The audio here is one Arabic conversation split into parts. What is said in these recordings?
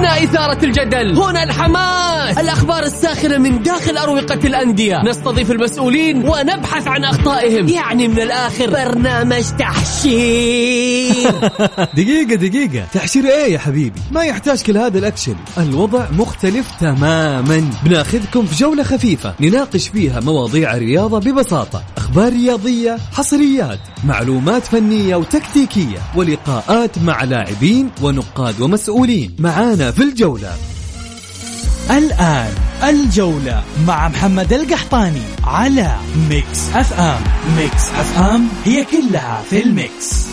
هنا إثارة الجدل، هنا الحماس، الأخبار الساخنة من داخل أروقة الأندية، نستضيف المسؤولين ونبحث عن أخطائهم. يعني من الآخر برنامج تحشير. دقيقة تحشير ايه يا حبيبي؟ ما يحتاج كل هذا الأكشن. الوضع مختلف تماما. بناخذكم في جولة خفيفة نناقش فيها مواضيع الرياضة ببساطة، أخبار رياضية، حصريات، معلومات فنية وتكتيكية، ولقاءات مع لاعبين ونقاد ومسؤولين. معانا في الجولة. الآن الجولة مع محمد القحطاني على ميكس اف ام. ميكس اف ام هي كلها في الميكس.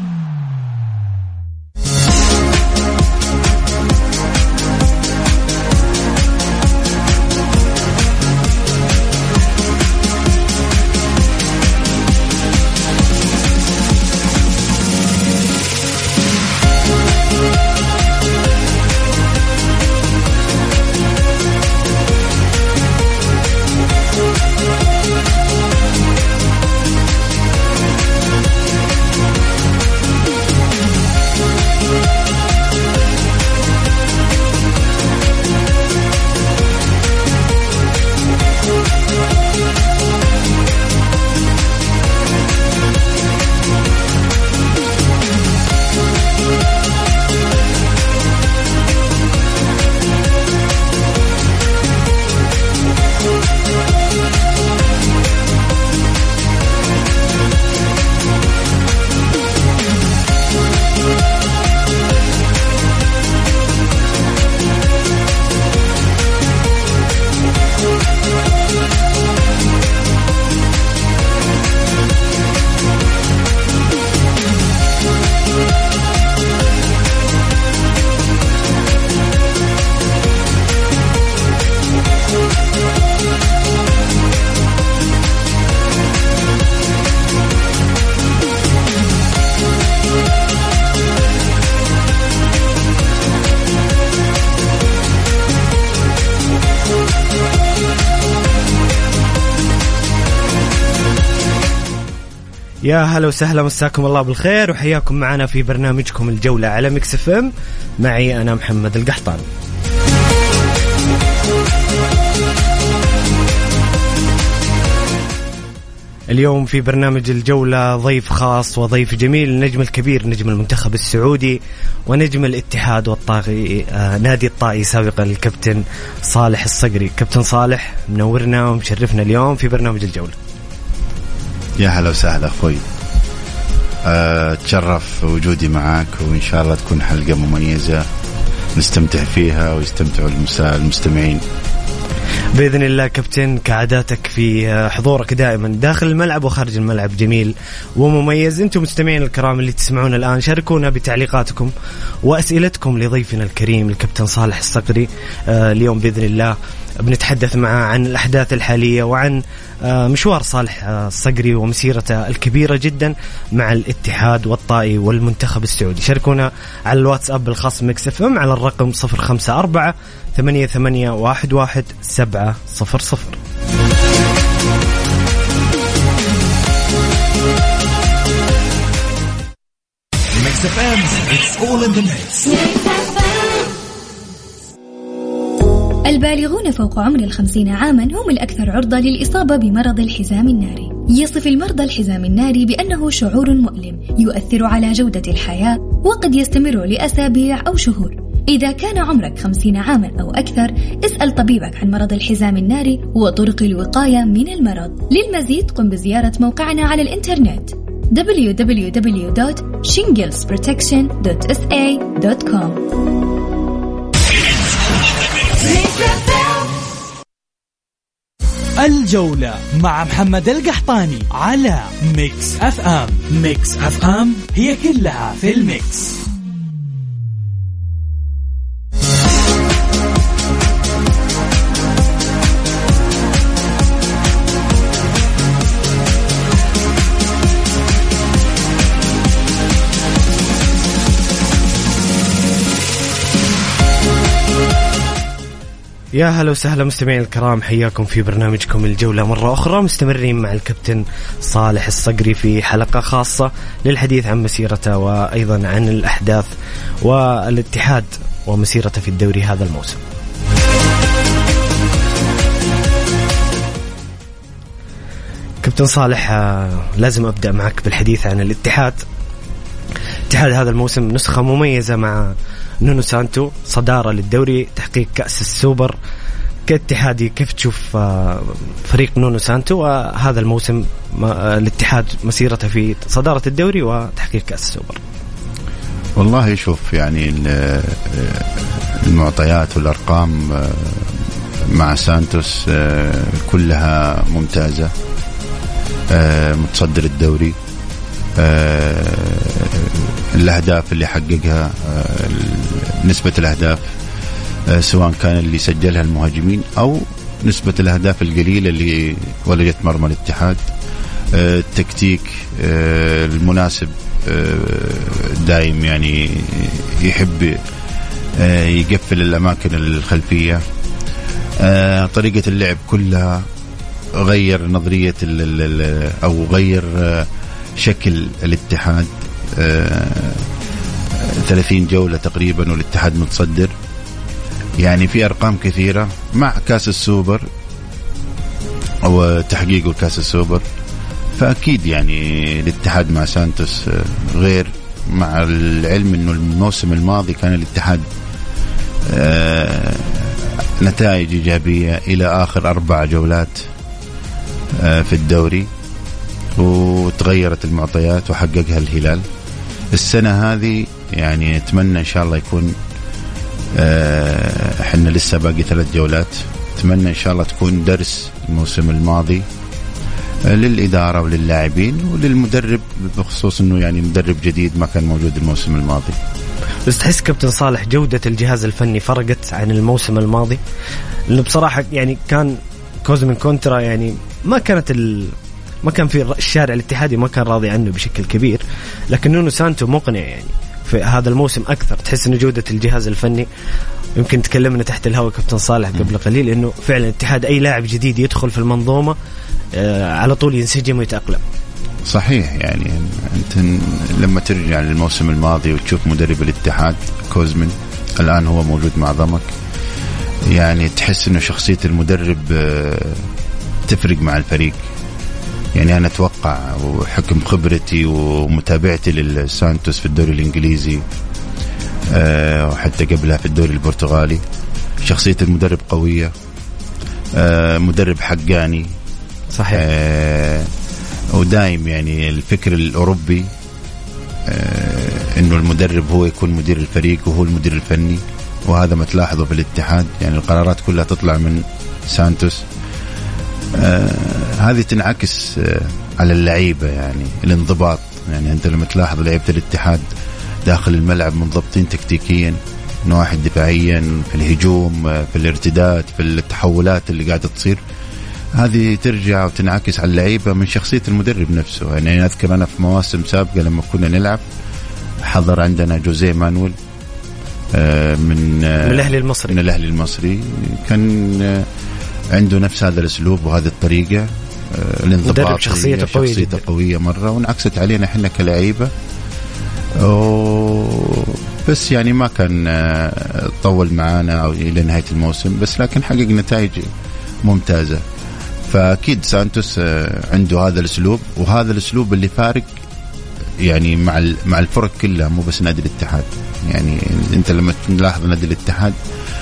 يا هلا وسهلا، مساكم الله بالخير وحياكم معنا في برنامجكم الجولة على ميكس اف ام. معي أنا محمد القحطاني. اليوم في برنامج الجولة ضيف خاص وضيف جميل، النجم الكبير، نجم المنتخب السعودي ونجم الاتحاد والطاغي نادي الطائي سابقا، الكابتن صالح الصقري. كابتن صالح منورنا ومشرفنا اليوم في برنامج الجولة. يا هلا وسهلا أخوي، تشرف وجودي معاك، وإن شاء الله تكون حلقة مميزة نستمتع فيها ويستمتعوا المستمعين بإذن الله. كابتن كعاداتك في حضورك دائما داخل الملعب وخارج الملعب جميل ومميز. أنتم مستمعين الكرام اللي تسمعون الآن شاركونا بتعليقاتكم وأسئلتكم لضيفنا الكريم الكابتن صالح الصقري. اليوم بإذن الله بنتحدث معه عن الأحداث الحالية وعن مشوار صالح الصقري ومسيرته الكبيرة جدا مع الاتحاد والطائي والمنتخب السعودي. شاركونا على الواتساب الخاص ميكس اف ام على الرقم 0548811700. ميكس اف ام it's all in the mix. البالغون فوق عمر 50 عاما هم الأكثر عرضة للإصابة بمرض الحزام الناري. يصف المرضى الحزام الناري بأنه شعور مؤلم يؤثر على جودة الحياة وقد يستمر لأسابيع أو شهور. إذا كان عمرك 50 عاما أو أكثر اسأل طبيبك عن مرض الحزام الناري وطرق الوقاية من المرض. للمزيد قم بزيارة موقعنا على الإنترنت www.shingles.protection.sa.com. الجولة مع محمد القحطاني على ميكس اف ام. ميكس اف ام هي كلها في الميكس. يا هلا وسهلا مستمعين الكرام، حياكم في برنامجكم الجولة مرة أخرى. مستمرين مع الكابتن صالح الصقري في حلقة خاصة للحديث عن مسيرته وأيضا عن الأحداث والاتحاد ومسيرته في الدوري هذا الموسم. كابتن صالح، لازم أبدأ معك بالحديث عن الاتحاد. الاتحاد هذا الموسم نسخة مميزة مع نونو سانتو، صدارة للدوري، تحقيق كأس السوبر. كاتحادي كيف تشوف فريق نونو سانتو وهذا الموسم الاتحاد مسيرته في صدارة الدوري وتحقيق كأس السوبر؟ والله شوف، يعني المعطيات والأرقام مع سانتوس كلها ممتازة. متصدر الدوري، الأهداف اللي حققها، نسبة الأهداف سواء كان اللي سجلها المهاجمين أو نسبة الأهداف القليلة اللي ولدت مرمى الاتحاد، التكتيك المناسب، دائم يعني يحب يقفل الأماكن الخلفية، طريقة اللعب كلها، غير نظرية أو غير شكل الاتحاد. 30 جولة تقريبا والاتحاد متصدر، يعني في أرقام كثيرة مع كاس السوبر أو تحقيقه كاس السوبر. فأكيد يعني الاتحاد مع سانتوس غير، مع العلم أنه الموسم الماضي كان الاتحاد نتائج إيجابية إلى آخر 4 جولات في الدوري، وتغيرت المعطيات وحققها الهلال. السنة هذه يعني أتمنى إن شاء الله يكون، احنا لسه باقي 3 جولات، أتمنى إن شاء الله تكون درس الموسم الماضي للإدارة وللاعبين وللمدرب، بخصوص أنه يعني مدرب جديد ما كان موجود الموسم الماضي. بس تحس كابتن صالح جودة الجهاز الفني فرقت عن الموسم الماضي؟ لأنه بصراحة يعني كان كوزمين كونترا يعني ما كان في الشارع الاتحادي ما كان راضي عنه بشكل كبير، لكن نونو سانتو مقنع يعني في هذا الموسم أكثر. تحس أن جودة الجهاز الفني، يمكن تكلمنا تحت الهواء كابتن صالح قبل قليل أنه فعلا الاتحاد أي لاعب جديد يدخل في المنظومة على طول ينسجم ويتأقلم. صحيح، يعني أنت لما ترجع للموسم الماضي وتشوف مدرب الاتحاد كوزمين، الآن هو موجود مع ضمك، يعني تحس أنه شخصية المدرب تفرق مع الفريق. يعني أنا أتوقع، وحكم خبرتي ومتابعتي للسانتوس في الدوري الإنجليزي وحتى قبلها في الدوري البرتغالي، شخصية المدرب قوية، مدرب حقاني. صحيح. ودائم يعني الفكر الأوروبي إنه المدرب هو يكون مدير الفريق وهو المدير الفني، وهذا ما تلاحظه في الاتحاد. يعني القرارات كلها تطلع من سانتوس. هذه تنعكس على اللعيبة، يعني الانضباط. يعني أنت لما تلاحظ لعيبة الاتحاد داخل الملعب منضبطين تكتيكيا، نواحي دفاعيا، في الهجوم، في الارتداد، في التحولات اللي قاعدة تصير، هذه ترجع وتنعكس على اللعيبة من شخصية المدرب نفسه. يعني أذكر أنا في مواسم سابقة لما كنا نلعب حضر عندنا جوزيه مانويل من الأهلي المصري، كان عنده نفس هذا الأسلوب وهذه الطريقة، الانضباط، شخصيته قوية مرة، ونعكست علينا احنا كلاعيبة. بس يعني ما كان طول معانا أو إلى نهاية الموسم، بس لكن حقق نتائج ممتازة. فأكيد سانتوس عنده هذا الأسلوب، وهذا الأسلوب اللي فارق يعني مع الفرق كلها، مو بس نادي الاتحاد. يعني أنت لما تلاحظ نادي الاتحاد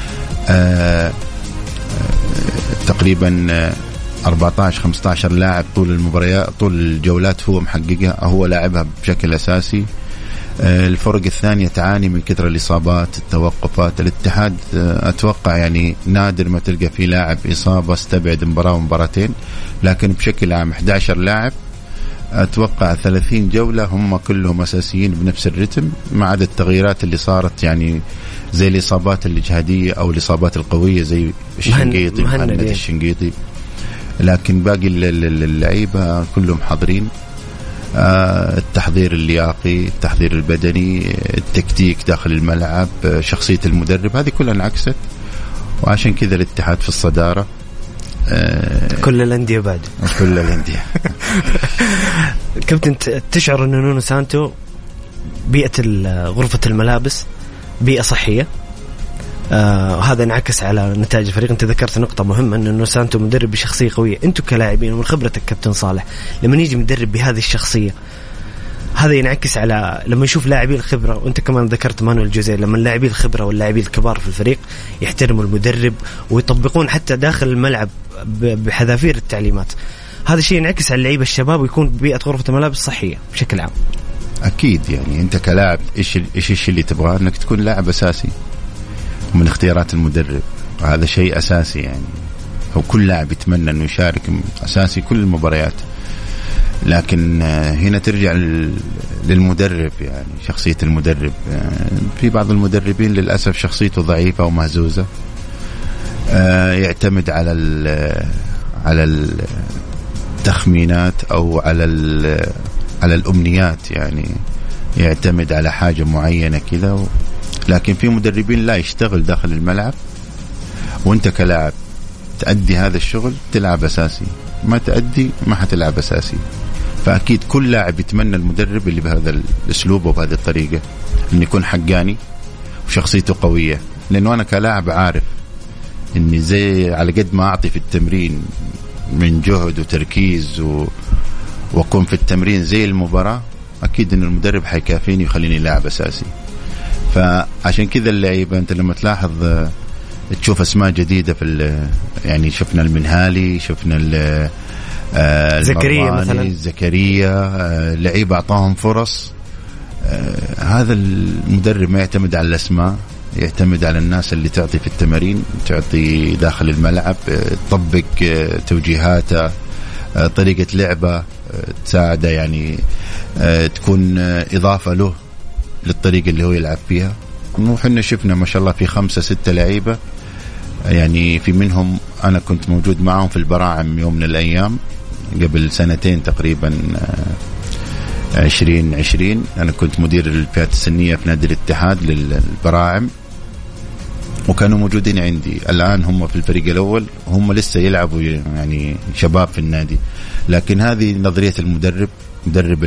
تقريبا 14-15 لاعب طول المباريات، طول الجولات هو محققها، هو لاعبها بشكل أساسي. الفرق الثانية تعاني من كثرة الإصابات، التوقفات. الاتحاد أتوقع يعني نادر ما تلقى فيه لاعب إصابة استبعد مباراة ومباراتين، لكن بشكل عام 11 لاعب أتوقع 30 جولة هم كلهم أساسيين بنفس الرتم، ما عدا التغييرات اللي صارت يعني زي الإصابات الإجهادية أو الإصابات القوية زي الشنقيطي، محمد الشنقيطي. لكن باقي اللعيبة كلهم حاضرين. التحضير اللياقي، التحضير البدني، التكتيك داخل الملعب، شخصية المدرب، هذه كلها انعكست، وعشان كذا الاتحاد في الصدارة. كل الأندية بعد كل الأندية. كابتن، تشعر أن نونو سانتو بيئة غرفة الملابس بيئة صحية؟ وهذا انعكس على نتائج الفريق. انت ذكرت نقطة مهمة انه سانتو مدرب بشخصية قوية. انتم كلاعبين ومن خبرتك كابتن صالح لما يجي مدرب بهذه الشخصية هذا ينعكس على لما يشوف لاعبي الخبرة. وانت كمان ذكرت مانويل جوزيه لما اللاعبي الخبرة واللاعبي الكبار في الفريق يحترموا المدرب ويطبقون حتى داخل الملعب بحذافير التعليمات. هذا الشيء ينعكس على اللعيبة الشباب ويكون بيئة غرفة الملابس صحية بشكل عام. أكيد يعني أنت كلاعب إيش الشيء اللي تبغاه؟ أنك تكون لاعب أساسي من اختيارات المدرب. هذا شيء أساسي يعني. هو كل لاعب يتمنى أنه يشارك أساسي كل المباريات. لكن هنا ترجع للمدرب يعني شخصية المدرب. في بعض المدربين للأسف شخصيته ضعيفة ومهزوزة. يعتمد على التخمينات أو على الأمنيات يعني. يعتمد على حاجة معينة كذا. لكن في مدربين لا يشتغل داخل الملعب وانت كلاعب تأدي هذا الشغل تلعب أساسي. ما تأدي ما حتلعب أساسي. فأكيد كل لاعب يتمنى المدرب اللي بهذا الأسلوب وبهذه الطريقة إن يكون حقاني وشخصيته قوية. لأنه أنا كلاعب عارف إني زي على قد ما أعطي في التمرين من جهد وتركيز وأكون في التمرين زي المباراة أكيد إن المدرب حيكافيني ويخليني لاعب أساسي. فعشان كذا اللعيبة أنت لما تلاحظ تشوف أسماء جديدة في يعني شفنا المنهالي شفنا زكريا مثلا زكريا لعيبة أعطاهم فرص. هذا المدرب ما يعتمد على الأسماء يعتمد على الناس اللي تعطي في التمارين تعطي داخل الملعب تطبق توجيهاته طريقة لعبة تساعده يعني تكون إضافة له للطريقة اللي هو يلعب فيها. وحنا شفنا ما شاء الله في 5-6 لعيبة يعني في منهم أنا كنت موجود معهم في البراعم يوم من الأيام قبل سنتين تقريبا 2020. أنا كنت مدير الفئات السنية في نادي الاتحاد للبراعم وكانوا موجودين عندي. الآن هم في الفريق الأول هم لسه يلعبوا يعني شباب في النادي. لكن هذه نظرية المدرب مدرب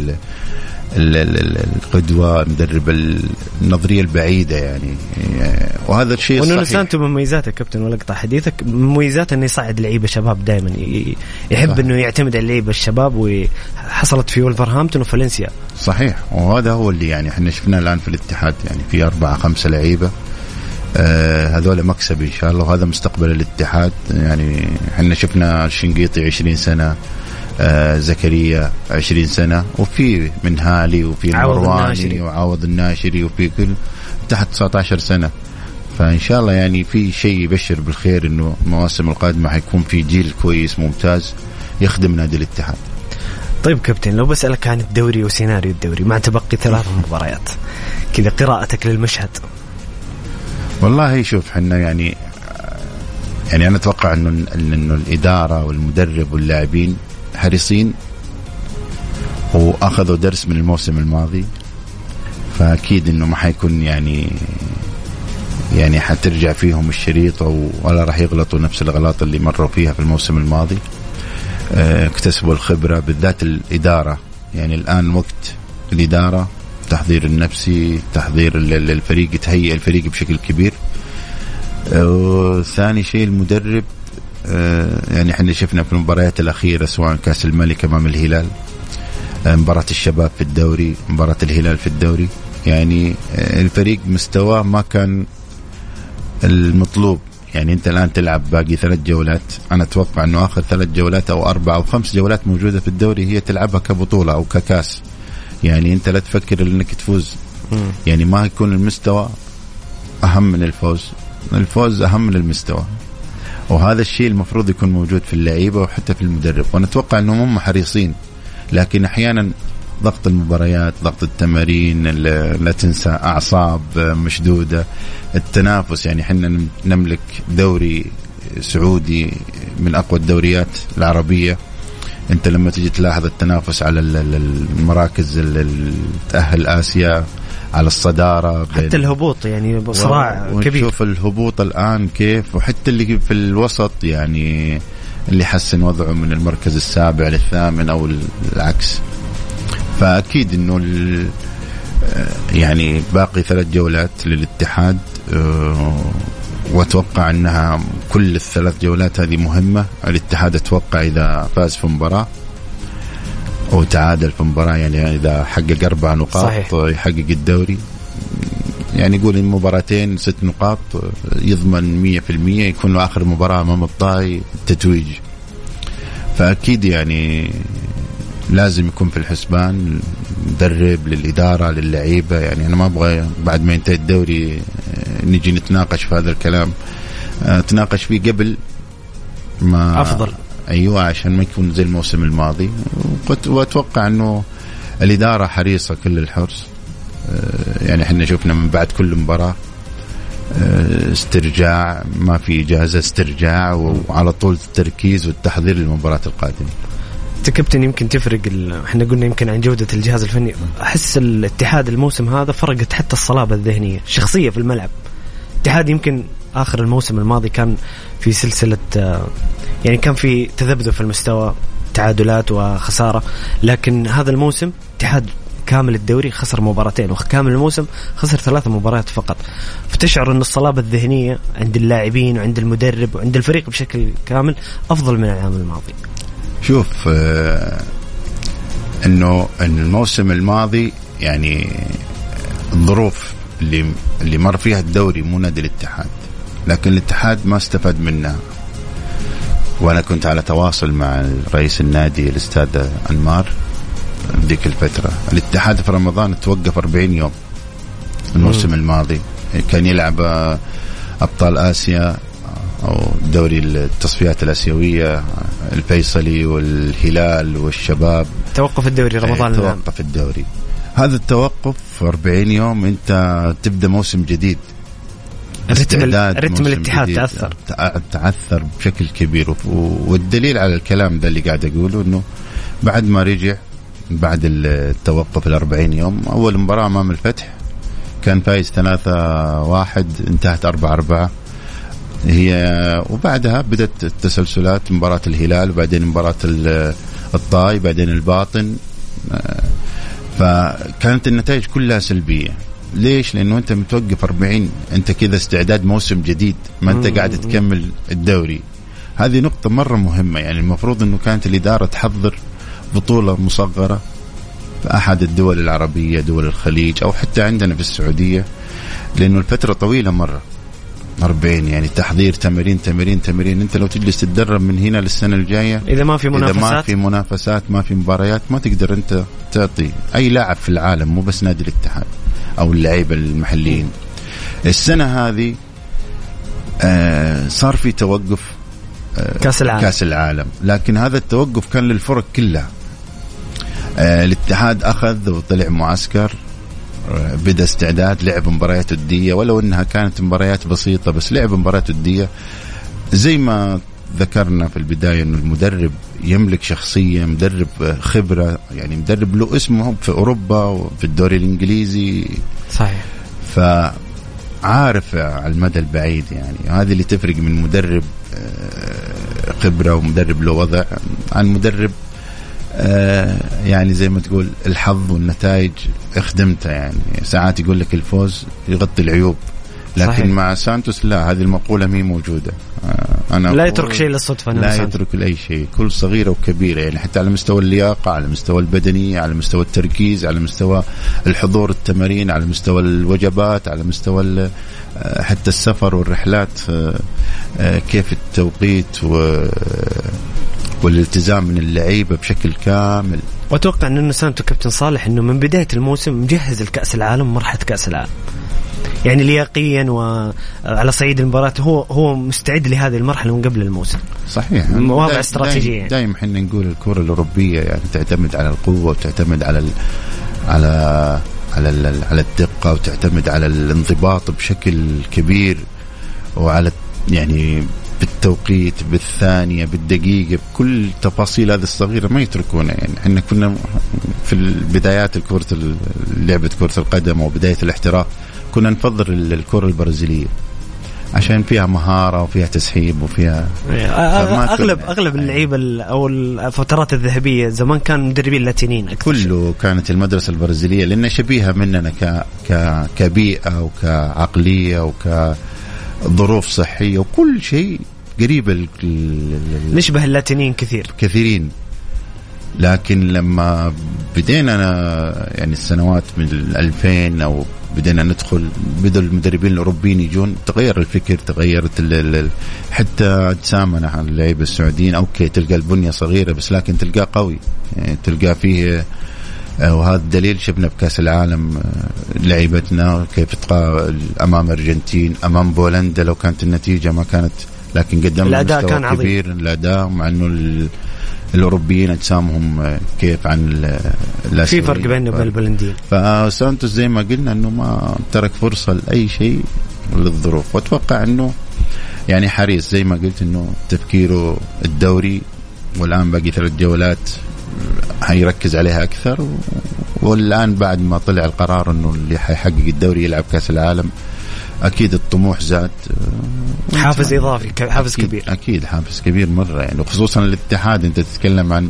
القدوة مدرب النظرية البعيدة يعني. وهذا الشيء الصحيح. ونونو سانتو من مميزاته كابتن ولا قطع حديثك مميزاته انه يصعد لعيبة شباب دائما يحب صح. انه يعتمد على اللعيبة الشباب وحصلت في ولفرهامبتون وفالنسيا. صحيح. وهذا هو اللي يعني احنا شفناه الآن في الاتحاد يعني في 4-5 لعيبة هذول مكسب إن شاء الله. وهذا مستقبل الاتحاد يعني. احنا شفنا الشنقيطي 20 سنة زكريا 20 سنة وفي منهالي وفي المرواني وعوض الناشري وفي كل تحت 19 سنة. فإن شاء الله يعني في شيء يبشر بالخير إنه المواسم القادمة حيكون في جيل كويس ممتاز يخدم نادي الاتحاد. طيب كابتن لو بسألك عن الدوري وسيناريو الدوري مع تبقي 3 مباريات كذا قراءتك للمشهد. والله شوف حنا يعني أنا أتوقع إنه الإدارة والمدرب واللاعبين حريصين وأخذوا درس من الموسم الماضي. فأكيد إنه ما حيكون يعني حترجع فيهم الشريط ولا راح يغلطوا نفس الغلط اللي مروا فيها في الموسم الماضي. اكتسبوا الخبرة بالذات الإدارة يعني. الآن وقت الإدارة تحضير النفسي تحضير الفريق تهيئ الفريق بشكل كبير. وثاني شيء المدرب يعني احنا شفنا في المباريات الأخيرة سواء كأس الملك أمام الهلال مباراة الشباب في الدوري مباراة الهلال في الدوري يعني الفريق مستواه ما كان المطلوب. يعني انت الآن تلعب باقي 3 جولات. أنا أتوقع أنه آخر 3 جولات أو 4 أو 5 جولات موجودة في الدوري هي تلعبها كبطولة أو ككاس. يعني انت لا تفكر انك تفوز يعني ما يكون المستوى أهم من الفوز أهم من المستوى. وهذا الشيء المفروض يكون موجود في اللعيبة وحتى في المدرب. ونتوقع أنهم هم حريصين لكن أحيانا ضغط المباريات ضغط التمارين لا تنسى أعصاب مشدودة التنافس. يعني حنا نملك دوري سعودي من أقوى الدوريات العربية. أنت لما تجي تلاحظ التنافس على المراكز تأهل آسيا على الصدارة حتى الهبوط يعني صراع كبير. ونشوف الهبوط الآن كيف وحتى اللي في الوسط يعني اللي حسن وضعه من المركز السابع للثامن أو العكس. فأكيد إنه يعني باقي 3 جولات للاتحاد وأتوقع أنها كل الثلاث جولات هذه مهمة. الاتحاد أتوقع إذا فاز في مباراة أو تعادل في مباراة، يعني إذا حقق 4 نقاط صحيح. يحقق الدوري. يعني يقول المباراتين 6 نقاط يضمن 100% يكون له آخر مباراة أمام الطائي التتويج. فأكيد يعني لازم يكون في الحسبان مدرب للإدارة للعيبة. يعني أنا ما أبغى بعد ما ينتهي الدوري نيجي نتناقش في هذا الكلام، تناقش فيه قبل ما أفضل. أيوة، عشان ما يكون زي الموسم الماضي. وأتوقع أنه الإدارة حريصة كل الحرص. يعني احنا شفنا من بعد كل مباراة استرجاع، ما في إجازة، استرجاع وعلى طول التركيز والتحضير للمباراة القادمة. كابتن يمكن تفرق احنا قلنا يمكن عن جودة الجهاز الفني. أحس الاتحاد الموسم هذا فرقت حتى الصلابة الذهنية الشخصية في الملعب. الاتحاد يمكن آخر الموسم الماضي كان في سلسلة يعني كان في تذبذب في المستوى، تعادلات وخسارة، لكن هذا الموسم اتحاد كامل الدوري خسر 2 مباراتين، وكامل الموسم خسر 3 مباريات فقط. فتشعر أن الصلابة الذهنية عند اللاعبين وعند المدرب وعند الفريق بشكل كامل أفضل من العام الماضي. شوف إنه الموسم الماضي يعني الظروف اللي مر فيها الدوري مو نادي الاتحاد، لكن الاتحاد ما استفاد منها. وأنا كنت على تواصل مع رئيس النادي الأستاذ أنمار ذيك الفترة. الاتحاد في رمضان توقف 40 يوم الموسم الماضي، كان يلعب أبطال آسيا أو دوري التصفيات الآسيوية، الفيصلي والهلال والشباب. توقف الدوري رمضان، توقف الدوري. هذا التوقف 40 يوم أنت تبدأ موسم جديد. رتم الاتحاد تعثر بشكل كبير. والدليل على الكلام ده اللي قاعد أقوله إنه بعد ما رجع بعد التوقف 40 يوم، أول مباراة أمام الفتح كان فايز 3-1، انتهت 4-4 هي. وبعدها بدأت التسلسلات، مباراة الهلال وبعدين مباراة الطائي بعدين الباطن. فكانت النتائج كلها سلبية. ليش؟ لأنه أنت متوقف 40، أنت كذا استعداد موسم جديد، ما أنت قاعد تكمل الدوري. هذه نقطة مرة مهمة. يعني المفروض أنه كانت الإدارة تحضر بطولة مصغرة في أحد الدول العربية، دول الخليج، أو حتى عندنا في السعودية، لأنه الفترة طويلة مرة 40. يعني تحضير، تمرين. أنت لو تجلس تتدرب من هنا للسنة الجاية، إذا ما في منافسات، ما في مباريات، ما تقدر أنت تعطي أي لاعب في العالم، مو بس نادي الاتحاد أو اللعيبة المحليين. السنة هذه صار في توقف كاس العالم، لكن هذا التوقف كان للفرق كلها. الاتحاد أخذ وطلع معسكر، بدأ استعداد، لعب مباريات ودية، ولو أنها كانت مباريات بسيطة بس لعب مباريات ودية. زي ما ذكرنا في البداية أنه المدرب يملك شخصية، مدرب خبرة، يعني مدرب له اسمه في أوروبا وفي الدوري الإنجليزي صحيح. فعارف على المدى البعيد. يعني هذه اللي تفرق من مدرب خبرة ومدرب له وضع عن مدرب يعني زي ما تقول الحظ والنتائج اخدمته. يعني ساعات يقول لك الفوز يغطي العيوب، لكن صحيح. مع سانتوس لا، هذه المقولة مي موجودة. أنا لا يترك شيء للصدفة، لا يترك أي شيء، كل صغيرة وكبيرة. يعني حتى على مستوى اللياقة، على مستوى البدني، على مستوى التركيز، على مستوى الحضور التمارين، على مستوى الوجبات، على مستوى حتى السفر والرحلات، كيف التوقيت والالتزام من اللعيبة بشكل كامل. وأتوقع أنه سانتو كابتن صالح أنه من بداية الموسم مجهز الكأس العالم، مرحلة كأس العالم، يعني لياقيا وعلى صعيد المباراة هو مستعد لهذه المرحلة من قبل الموسم. صحيح، واضع استراتيجية. دائما احنا نقول الكرة الأوروبية يعني تعتمد على القوة، وتعتمد على الدقة، وتعتمد على الانضباط بشكل كبير، وعلى يعني بالتوقيت، بالثانية، بالدقيقة، بكل تفاصيل هذه الصغيرة ما يتركونها. يعني احنا كنا في البدايات لعبة كرة القدم وبداية الاحتراف كنا نفضل الكرة البرازيلية، عشان فيها مهارة وفيها تسحيب وفيها أغلب اللعيبة أو الفترات الذهبية زمان كان مدربين لاتينيين أكثر. كله كانت المدرسة البرازيلية لأنها شبيهة مننا كبيئة وكعقلية وكظروف صحية وكل شيء قريب. نشبه اللاتينيين كثيرين. لكن لما بدينا يعني السنوات من 2000 أو بدينا بدأ المدربين الأوروبيين يجون، تغير الفكر، تغيرت حتى أجسامنا اللعيبة السعوديين. أوكي تلقى البنية صغيرة بس لكن تلقاه قوي، يعني تلقاه فيه. وهذا الدليل شفنا بكأس العالم لعيبتنا كيف تقى أمام أرجنتين، أمام بولندا لو كانت النتيجة ما كانت، لكن قدمنا مستوى كبير. الأداء مع أنه الأوروبيين أجسامهم كيف عن في فرق بيننا وبين البولنديين. فسانتوس زي ما قلنا أنه ما ترك فرصة لأي شيء للظروف، وأتوقع أنه يعني حريص زي ما قلت أنه تفكيره الدوري، والآن باقي 3 جولات هيركز عليها أكثر. والآن بعد ما طلع القرار أنه اللي حيحقق الدوري يلعب كأس العالم، أكيد الطموح زاد، حافز إضافي، حافز كبير. أكيد حافز كبير مرة يعني، وخصوصا الاتحاد. أنت تتكلم عن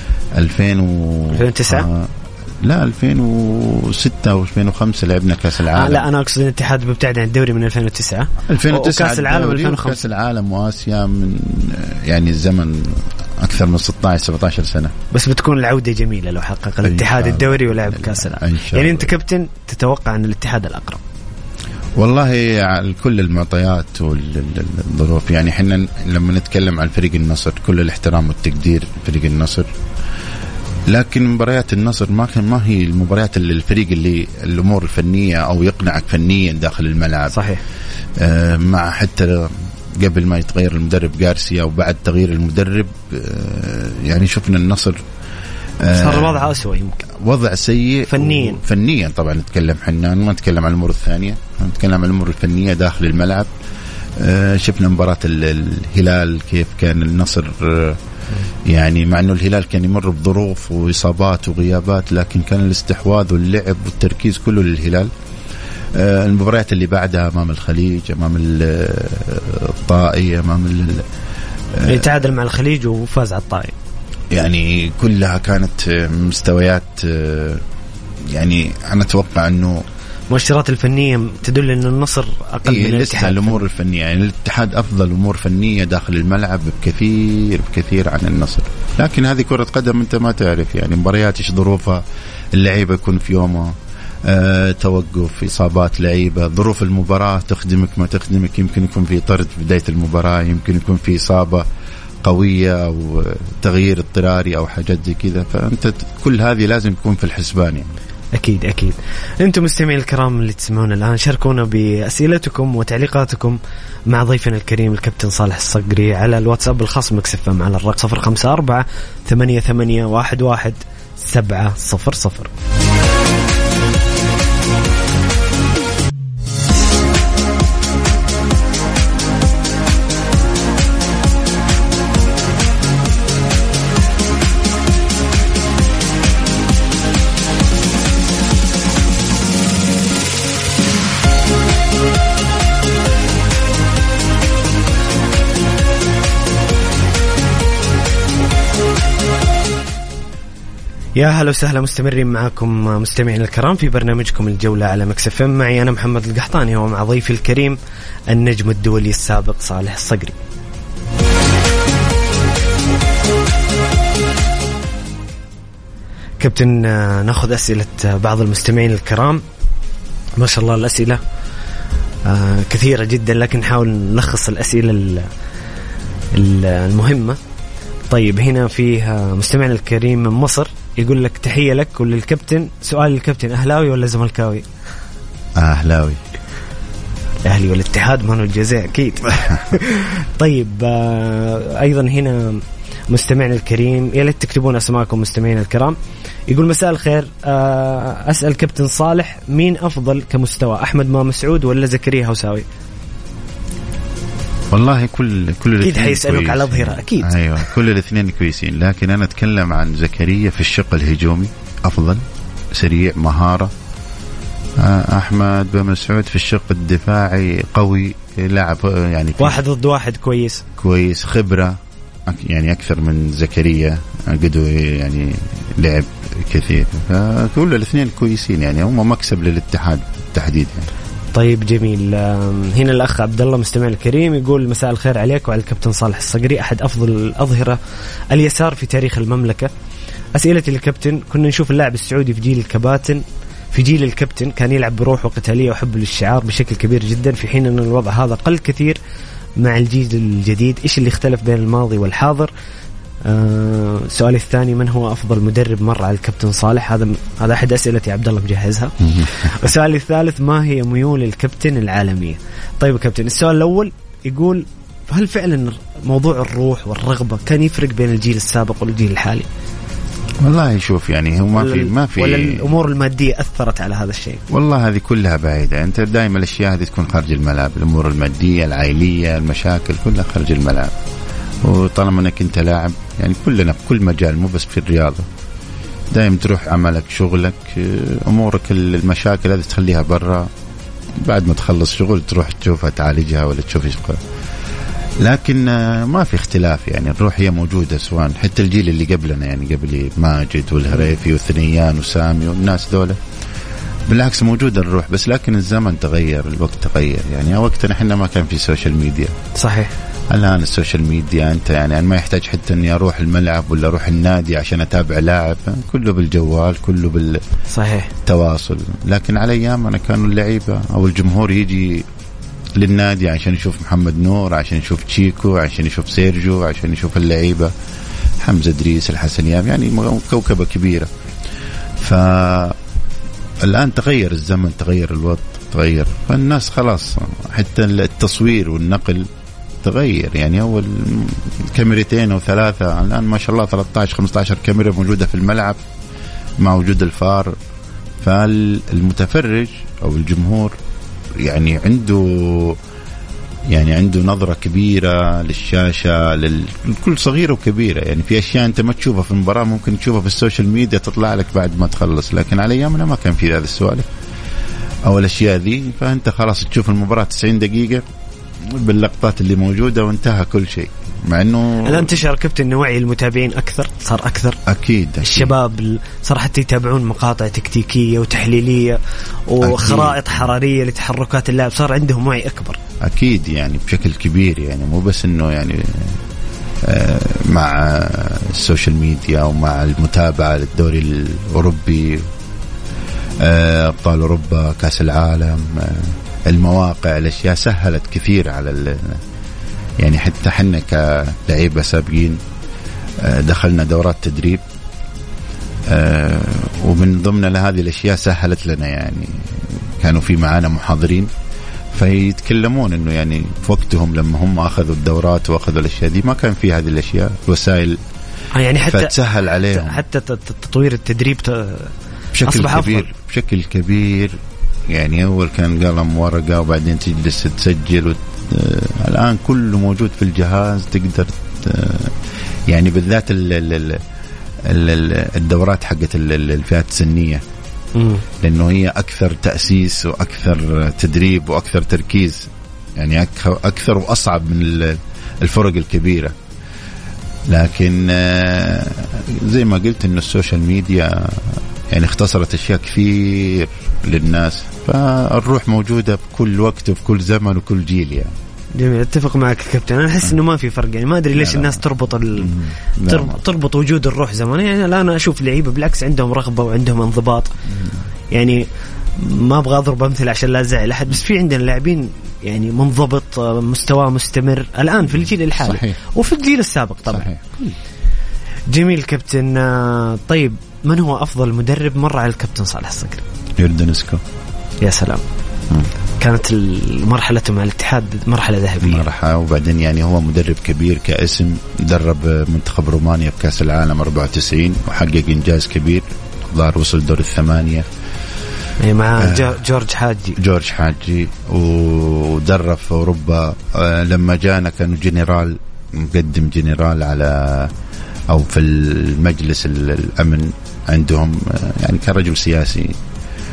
2009 لا 2006 و2005 لعبنا كأس العالم. لا أنا أقصد الاتحاد بيبتعد عن الدوري من 2009 وكأس العالم 2005. كأس العالم وآسيا من يعني الزمن أكثر من 16-17 سنة. بس بتكون العودة جميلة لو حقق الاتحاد الدوري ولعب كأس العالم. يعني أنت كابتن تتوقع أن الاتحاد الأقرب؟ والله على كل المعطيات والظروف، يعني حنا لما نتكلم عن فريق النصر كل الاحترام والتقدير فريق النصر، لكن مباريات النصر ما هي المباريات اللي الفريق اللي الأمور الفنية أو يقنعك فنيا داخل الملعب. صحيح. مع حتى قبل ما يتغير المدرب غارسيا وبعد تغيير المدرب يعني شفنا النصر صار وضع أسوأ، يمكن وضع سيء فنيا. طبعا نتكلم حنا ما نتكلم عن الأمور الثانية، نتكلم عن الأمور الفنية داخل الملعب. شفنا مباراة الهلال كيف كان النصر يعني مع أنه الهلال كان يمر بظروف وإصابات وغيابات، لكن كان الاستحواذ واللعب والتركيز كله للهلال. المباريات اللي بعدها أمام الخليج، أمام الطائي، أمام يتعادل مع الخليج وفاز على الطائي، يعني كلها كانت مستويات. يعني أنا أتوقع أنه مؤشرات الفنية تدل أن النصر أقل من الاتحاد. الأمور الفنية يعني الاتحاد أفضل أمور فنية داخل الملعب بكثير عن النصر. لكن هذه كرة قدم، أنت ما تعرف يعني مباريات إيش ظروفها، اللعيبة يكون في يومها توقف، إصابات لعيبة، ظروف المباراة تخدمك ما تخدمك، يمكن يكون في طرد في بداية المباراة، يمكن يكون في إصابة قوية أو تغيير اضطراري أو حاجات زي كذا. فأنت كل هذه لازم تكون في الحسبان يعني. أكيد. أنتم مستمعين الكرام اللي تسمعون الآن، شاركونا بأسئلتكم وتعليقاتكم مع ضيفنا الكريم الكابتن صالح الصقري على الواتساب الخاص مكس اف ام على الرقم 0548811700. يا هلا وسهلا، مستمرين معكم مستمعين الكرام في برنامجكم الجولة على مكس اف ام. معي أنا محمد القحطاني ومع ضيفي الكريم النجم الدولي السابق صالح الصقري. كابتن، ناخذ أسئلة بعض المستمعين الكرام. ما شاء الله الأسئلة كثيرة جدا، لكن نحاول نلخص الأسئلة المهمة. طيب هنا فيه مستمعنا الكريم من مصر يقول لك تحية لك وللكابتن. سؤال الكابتن، أهلاوي ولا زملكاوي؟ أهلاوي. الأهلي والاتحاد ما الجزاء أكيد. طيب أيضا هنا مستمعنا الكريم، يا ليت تكتبون أسماءكم مستمعين الكرام. يقول مساء الخير، أسأل كابتن صالح مين أفضل كمستوى، أحمد ما مسعود ولا زكريا هوساوي؟ والله كل أكيد حيسألوك على ظهيرة أكيد. أيوة كل الاثنين كويسين، لكن أنا أتكلم عن زكريا في الشق الهجومي أفضل، سريع، مهارة. أحمد بن مسعود في الشق الدفاعي قوي، لاعب يعني واحد ضد واحد كويس خبرة يعني أكثر من زكريا قدو يعني لعب كثير. فكل الاثنين كويسين يعني هم مكسب للاتحاد تحديدا. طيب جميل. هنا الأخ عبد الله مستمع الكريم يقول مساء الخير عليك وعلى الكابتن صالح الصقري أحد أفضل الأظهرة اليسار في تاريخ المملكة. أسئلتي للكابتن كنا نشوف اللاعب السعودي في جيل الكابتن كان يلعب بروح وقتالية وحب للشعار بشكل كبير جدا في حين أن الوضع هذا قل كثير مع الجيل الجديد. إيش اللي اختلف بين الماضي والحاضر؟ سؤالي الثاني من هو أفضل مدرب مر على الكابتن صالح؟ هذا أحد أسئلتي عبد الله مجهزها. وسؤالي الثالث ما هي ميول الكابتن العالمية؟ طيب كابتن السؤال الأول يقول هل فعلا موضوع الروح والرغبة كان يفرق بين الجيل السابق والجيل الحالي؟ والله شوف يعني هو ما في ولا الأمور المادية أثرت على هذا الشيء؟ والله هذه كلها بعيدة. أنت دائما الأشياء هذه تكون خارج الملعب، الأمور المادية العائلية المشاكل كلها خارج الملعب. وطالما أنك أنت لاعب يعني كلنا في كل مجال مو بس في الرياضة دائما تروح عملك شغلك أمورك المشاكل هذه تخليها برا، بعد ما تخلص شغل تروح تشوفها تعالجها ولا تشوف إيش. لكن ما في اختلاف يعني الروح هي موجودة سواء حتى الجيل اللي قبلنا يعني قبل ماجد والهريفي والثنيان وسامي والناس دولة بالعكس موجودة الروح. بس لكن الزمن تغير، الوقت تغير. يعني وقتنا احنا ما كان في سوشيال ميديا. صحيح. الآن السوشيال ميديا أنت يعني ما يحتاج حتى أني أروح الملعب ولا أروح النادي عشان أتابع لاعب، كله بالجوال كله صحيح بالتواصل. لكن على أيامنا كانوا اللعيبة أو الجمهور يجي للنادي عشان يشوف محمد نور، عشان يشوف تشيكو، عشان يشوف سيرجيو، عشان يشوف اللعيبة حمزة دريس، الحسن يام، يعني كوكبة كبيرة. فالآن تغير الزمن، تغير الوضع، تغير. فالناس خلاص حتى التصوير والنقل تغير. يعني أول كاميرتين أو ثلاثة، الآن ما شاء الله 13-15 كاميرا موجودة في الملعب مع وجود الفار. فالمتفرج أو الجمهور يعني عنده نظرة كبيرة للشاشة، لكل صغيرة وكبيرة. يعني في أشياء أنت ما تشوفها في المباراة ممكن تشوفها في السوشيال ميديا تطلع لك بعد ما تخلص. لكن على أيامنا ما كان في هذا السؤال أو الأشياء ذي. فأنت خلاص تشوف المباراة 90 دقيقة باللقطات اللي موجودة وانتهى كل شيء. مع انه الان تشعر كابتن ان وعي المتابعين صار اكثر. اكيد الشباب صار حتى يتابعون مقاطع تكتيكيه وتحليليه وخرائط حراريه لتحركات اللاعب، صار عندهم وعي اكبر. اكيد يعني بشكل كبير. يعني مو بس انه يعني مع السوشيال ميديا ومع المتابعه للدوري الاوروبي، ابطال اوروبا، كاس العالم، المواقع، الاشياء سهلت كثير على يعني حتى حنا كلاعيبه سابقين دخلنا دورات تدريب، ومن ضمن هذه الاشياء سهلت لنا. يعني كانوا في معانا محاضرين فيتكلمون انه يعني في وقتهم لما هم اخذوا الدورات واخذوا الاشياء دي ما كان في هذه الاشياء وسائل، يعني حتى فتسهل عليهم حتى تطوير التدريب بشكل كبير. يعني أول كان قلم ورقة وبعدين تجلس تسجل الآن كله موجود في الجهاز، تقدر يعني بالذات الدورات حقت الفئات السنية، لأنه هي أكثر تأسيس وأكثر تدريب وأكثر تركيز، يعني أكثر وأصعب من الفرق الكبيرة. لكن زي ما قلت إنه السوشيال ميديا يعني اختصرت أشياء كثير للناس، فالروح موجودة بكل وقت وفي كل زمن وكل جيل. يعني جميل، اتفق معك كابتن. انا احس انه ما في فرق، يعني ما ادري ليش الناس تربط وجود الروح زمان. يعني الان اشوف لعيبه بالعكس عندهم رغبه وعندهم انضباط. يعني ما ابغى اضرب امثله عشان لا ازعل احد، بس في عندنا لاعبين يعني منضبط، مستوى مستمر الان في الجيل الحالي. صحيح. وفي الجيل السابق طبعا. صحيح. جميل كابتن. طيب من هو افضل مدرب مر على الكابتن صالح الصقري؟ يردنسكو. يا سلام. كانت مرحلته مع الاتحاد مرحلة ذهبية. وبعدين يعني هو مدرب كبير كاسم، درب منتخب رومانيا بكأس العالم 94 وحقق إنجاز كبير، ظهر وصل دور الثمانية مع جورج حاجي ودرب في أوروبا. لما جانا كانوا جنرال، مقدم جنرال على أو في المجلس الأمن عندهم، يعني كان رجل سياسي.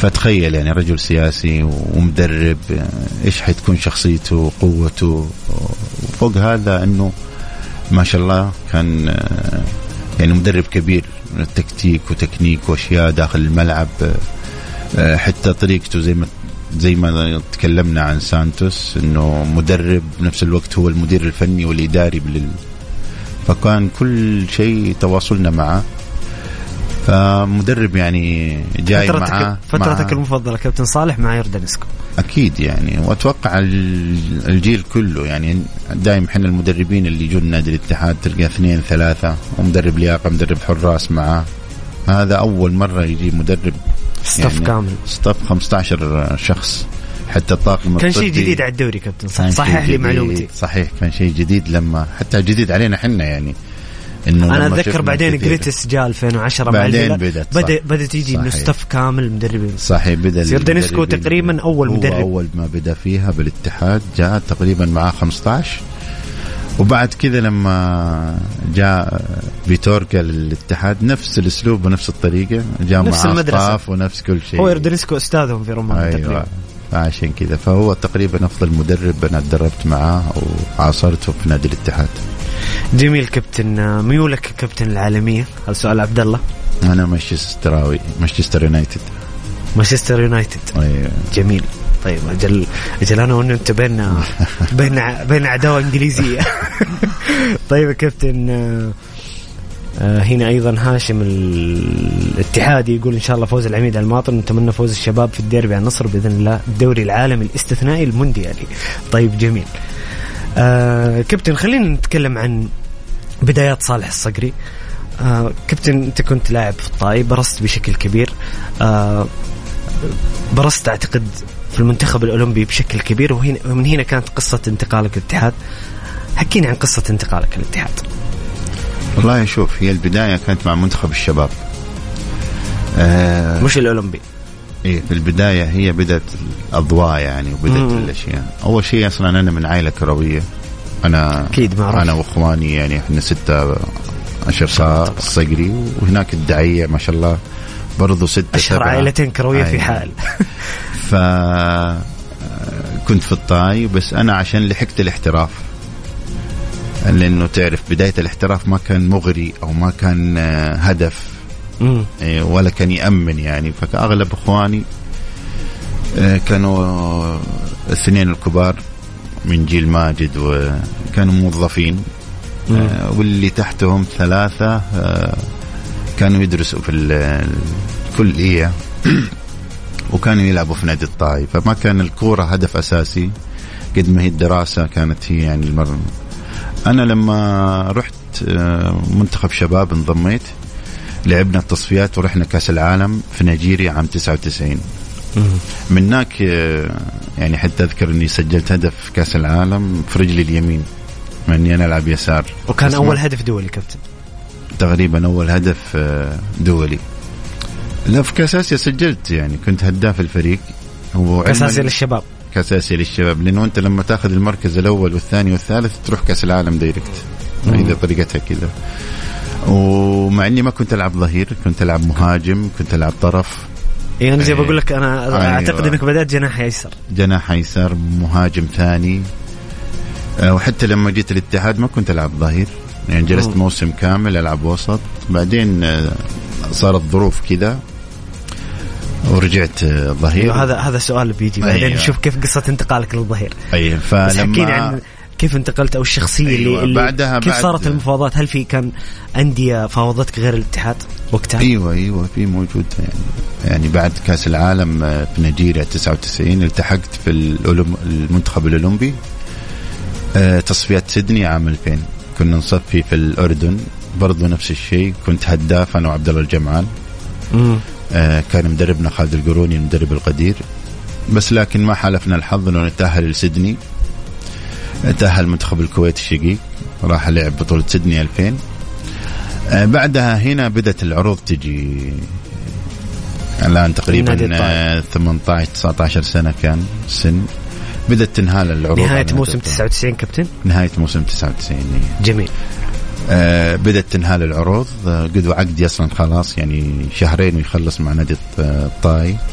فتخيل يعني رجل سياسي ومدرب، إيش حتكون شخصيته وقوته. وفوق هذا أنه ما شاء الله كان يعني مدرب كبير، تكتيك وتكنيك وأشياء داخل الملعب، حتى طريقته زي ما تكلمنا عن سانتوس أنه مدرب بنفس الوقت هو المدير الفني والإداري فكان كل شيء تواصلنا معه. فمدرب يعني جاي معه. فترتك المفضلة كابتن صالح مع يوردانيسكو؟ أكيد يعني، وأتوقع الجيل كله يعني. دائما حنا المدربين اللي يجون نادي الاتحاد تلقى 2 3 ومدرب لياقة مدرب حراس معه. هذا أول مرة يجي مدرب ستاف يعني كامل، ستاف 15 شخص، حتى الطاقم كان شيء جديد على الدوري كابتن. صحيح لي معلومتي. صحيح كان شيء جديد، لما حتى جديد علينا حنا يعني. أنا أتذكر بعدين جريتس جاء 2010 بعدين بدأت يجي إنه ستاف كامل مدربين. صحيح بدأ يوردانيسكو تقريبا أول مدرب، أول ما بدأ فيها بالاتحاد جاء تقريبا معاه 15. وبعد كذا لما جاء فيتوركا للاتحاد نفس الأسلوب ونفس الطريقة، جاء نفس مع ستاف ونفس كل شيء. هو يوردانيسكو أستاذهم في رومان تقريبا. عشان كذا فهو تقريبا أفضل مدرب أنا تدربت معاه وعاصرته في نادي الاتحاد. جميل كابتن. ميولك كابتن العالمية؟ هذا سؤال عبد الله. أنا مانشستر يونايتد. مانشستر يونايتد. أيوة. جميل. طيب أجل أنا وأنت بين عداوة إنجليزية. طيب كابتن، هنا أيضا هاشم الاتحادي يقول إن شاء الله فوز العميد على الماطر، نتمنى فوز الشباب في الديربي على النصر بإذن الله، الدوري العالمي الاستثنائي المونديالي. طيب جميل. كابتن خلينا نتكلم عن بدايات صالح الصقري. كابتن أنت كنت لاعب في الطائي، برزت بشكل كبير، برزت أعتقد في المنتخب الأولمبي بشكل كبير، ومن هنا كانت قصة انتقالك للاتحاد. حكينا عن قصة انتقالك للاتحاد. والله شوف، هي البداية كانت مع منتخب الشباب مش الأولمبي. إيه في البداية هي بدأت الأضواء يعني، وبدأت الأشياء. أول شيء أصلا أنا من عائلة كروية، أنا أكيد معروف. أنا وإخواني يعني إحنا 16 الصقري، وهناك الدعية ما شاء الله برضو 6 أشهر عائلتين كروية في حال. كنت في الطاي، بس أنا عشان لحقت الاحتراف، لأنه تعرف بداية الاحتراف ما كان مغري أو ما كان هدف ولا كان يأمن يعني. فأغلب إخواني كانوا 2 الكبار من جيل ماجد وكانوا موظفين، واللي تحتهم 3 كانوا يدرسوا في الكلية وكانوا يلعبوا في نادي الطائي. فما كان الكورة هدف أساسي قد ما هي الدراسة كانت هي يعني المرة. أنا لما رحت منتخب شباب انضميت، لعبنا التصفيات ورحنا كأس العالم في نيجيريا عام 99. من هناك يعني حتى أذكر أني سجلت هدف في كأس العالم في رجلي اليمين مع أني أنا ألعب يسار. وكان أول هدف دولي كابتن تقريبا، أول هدف دولي. لا في كأس آسيا سجلت يعني، كنت هداف الفريق. هو كأس آسيا للشباب. كأس آسيا للشباب، لأنه أنت لما تأخذ المركز الأول والثاني والثالث تروح كأس العالم دايركت. إذا طريقتها كذا. ومع إني ما كنت ألعب ظهير، كنت ألعب مهاجم، كنت ألعب طرف. يعني زي بقول لك أنا أعتقد أنك بدأت جناح أيسر. جناح أيسر، مهاجم ثاني. وحتى لما جيت الاتحاد ما كنت ألعب ظهير يعني، جلست موسم كامل ألعب وسط. بعدين صارت ظروف كذا ورجعت ظهير. هذا سؤال بيجي بعدين. أيوة. نشوف كيف قصة انتقالك للظهير. أيوة. بس حكيني عن كيف انتقلت أو الشخصية. أيوة. اللي بعدها كيف صارت المفاوضات؟ هل في كان أندية فاوضتك غير الاتحاد وقتها؟ أيوة في موجود يعني بعد كأس العالم في نيجيريا 99 التحقت في المنتخب الأولمبي. تصفيات سيدني عام 2000 كنا نصفي في الأردن، برضو نفس الشيء. كنت هداف أنا وعبد الله الجمعان. كان مدربنا خالد القروني المدرب القدير، بس لكن ما حالفنا الحظ انه نتأهل لسيدني. تأهل منتخب الكويت الشقيق، راح لعب بطولة سيدني 2000. بعدها هنا بدأت العروض تجي. الآن تقريبا 18-19 سنة كان سن، بدأت تنهال العروض. نهاية موسم 99 كابتن. نهاية موسم 99. جميل. بدأت تنهال العروض. قدوا عقدي أصلا خلاص يعني 2 شهر ويخلص مع نادي الطاي.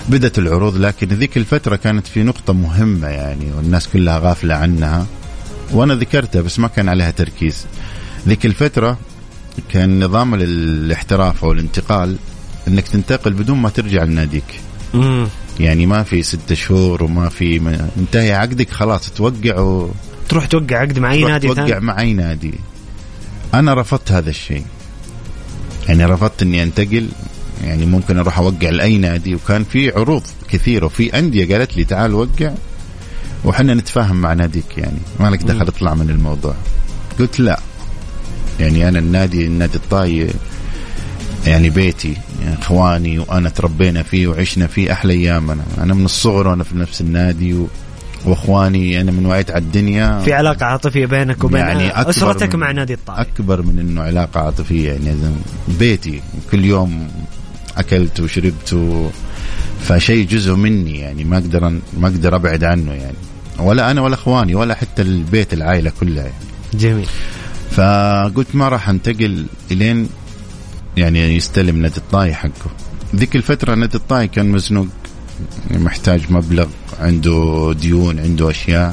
بدت العروض، لكن ذيك الفترة كانت في نقطة مهمة يعني والناس كلها غافلة عنها، وأنا ذكرتها بس ما كان عليها تركيز. ذيك الفترة كان نظام الاحتراف أو الانتقال أنك تنتقل بدون ما ترجع لناديك. يعني ما في 6 شهور وما في انتهي عقدك خلاص توقع تروح توقع عقد مع أي نادي ثاني. توقع مع أي نادي. أنا رفضت هذا الشيء، يعني رفضت إني أنتقل، يعني ممكن أروح أوقع لأي نادي، وكان في عروض كثيرة وفي أندية قالت لي تعال وقع وحنا نتفاهم مع ناديك، يعني ما لك دخل اطلع من الموضوع. قلت لا، يعني أنا النادي الطاي يعني بيتي، يعني إخواني وأنا تربينا فيه وعشنا فيه أحلى أيامنا. أنا من الصغر وأنا في نفس النادي وإخواني أنا من وعيت على الدنيا. في علاقة عاطفية بينك وبين يعني أسرتك مع نادي الطاي أكبر من إنه علاقة عاطفية، يعني بيتي كل يوم أكلت وشربت فشيء جزء مني، يعني ما أقدر أبعد عنه، يعني ولا أنا ولا إخواني ولا حتى البيت العائلة كلها يعني. جميل. فقلت ما راح أنتقل إلين يعني يستلم نادي الطاي حقه. ذيك الفترة نادي الطاي كان مزنوق، محتاج مبلغ، عنده ديون، عنده أشياء.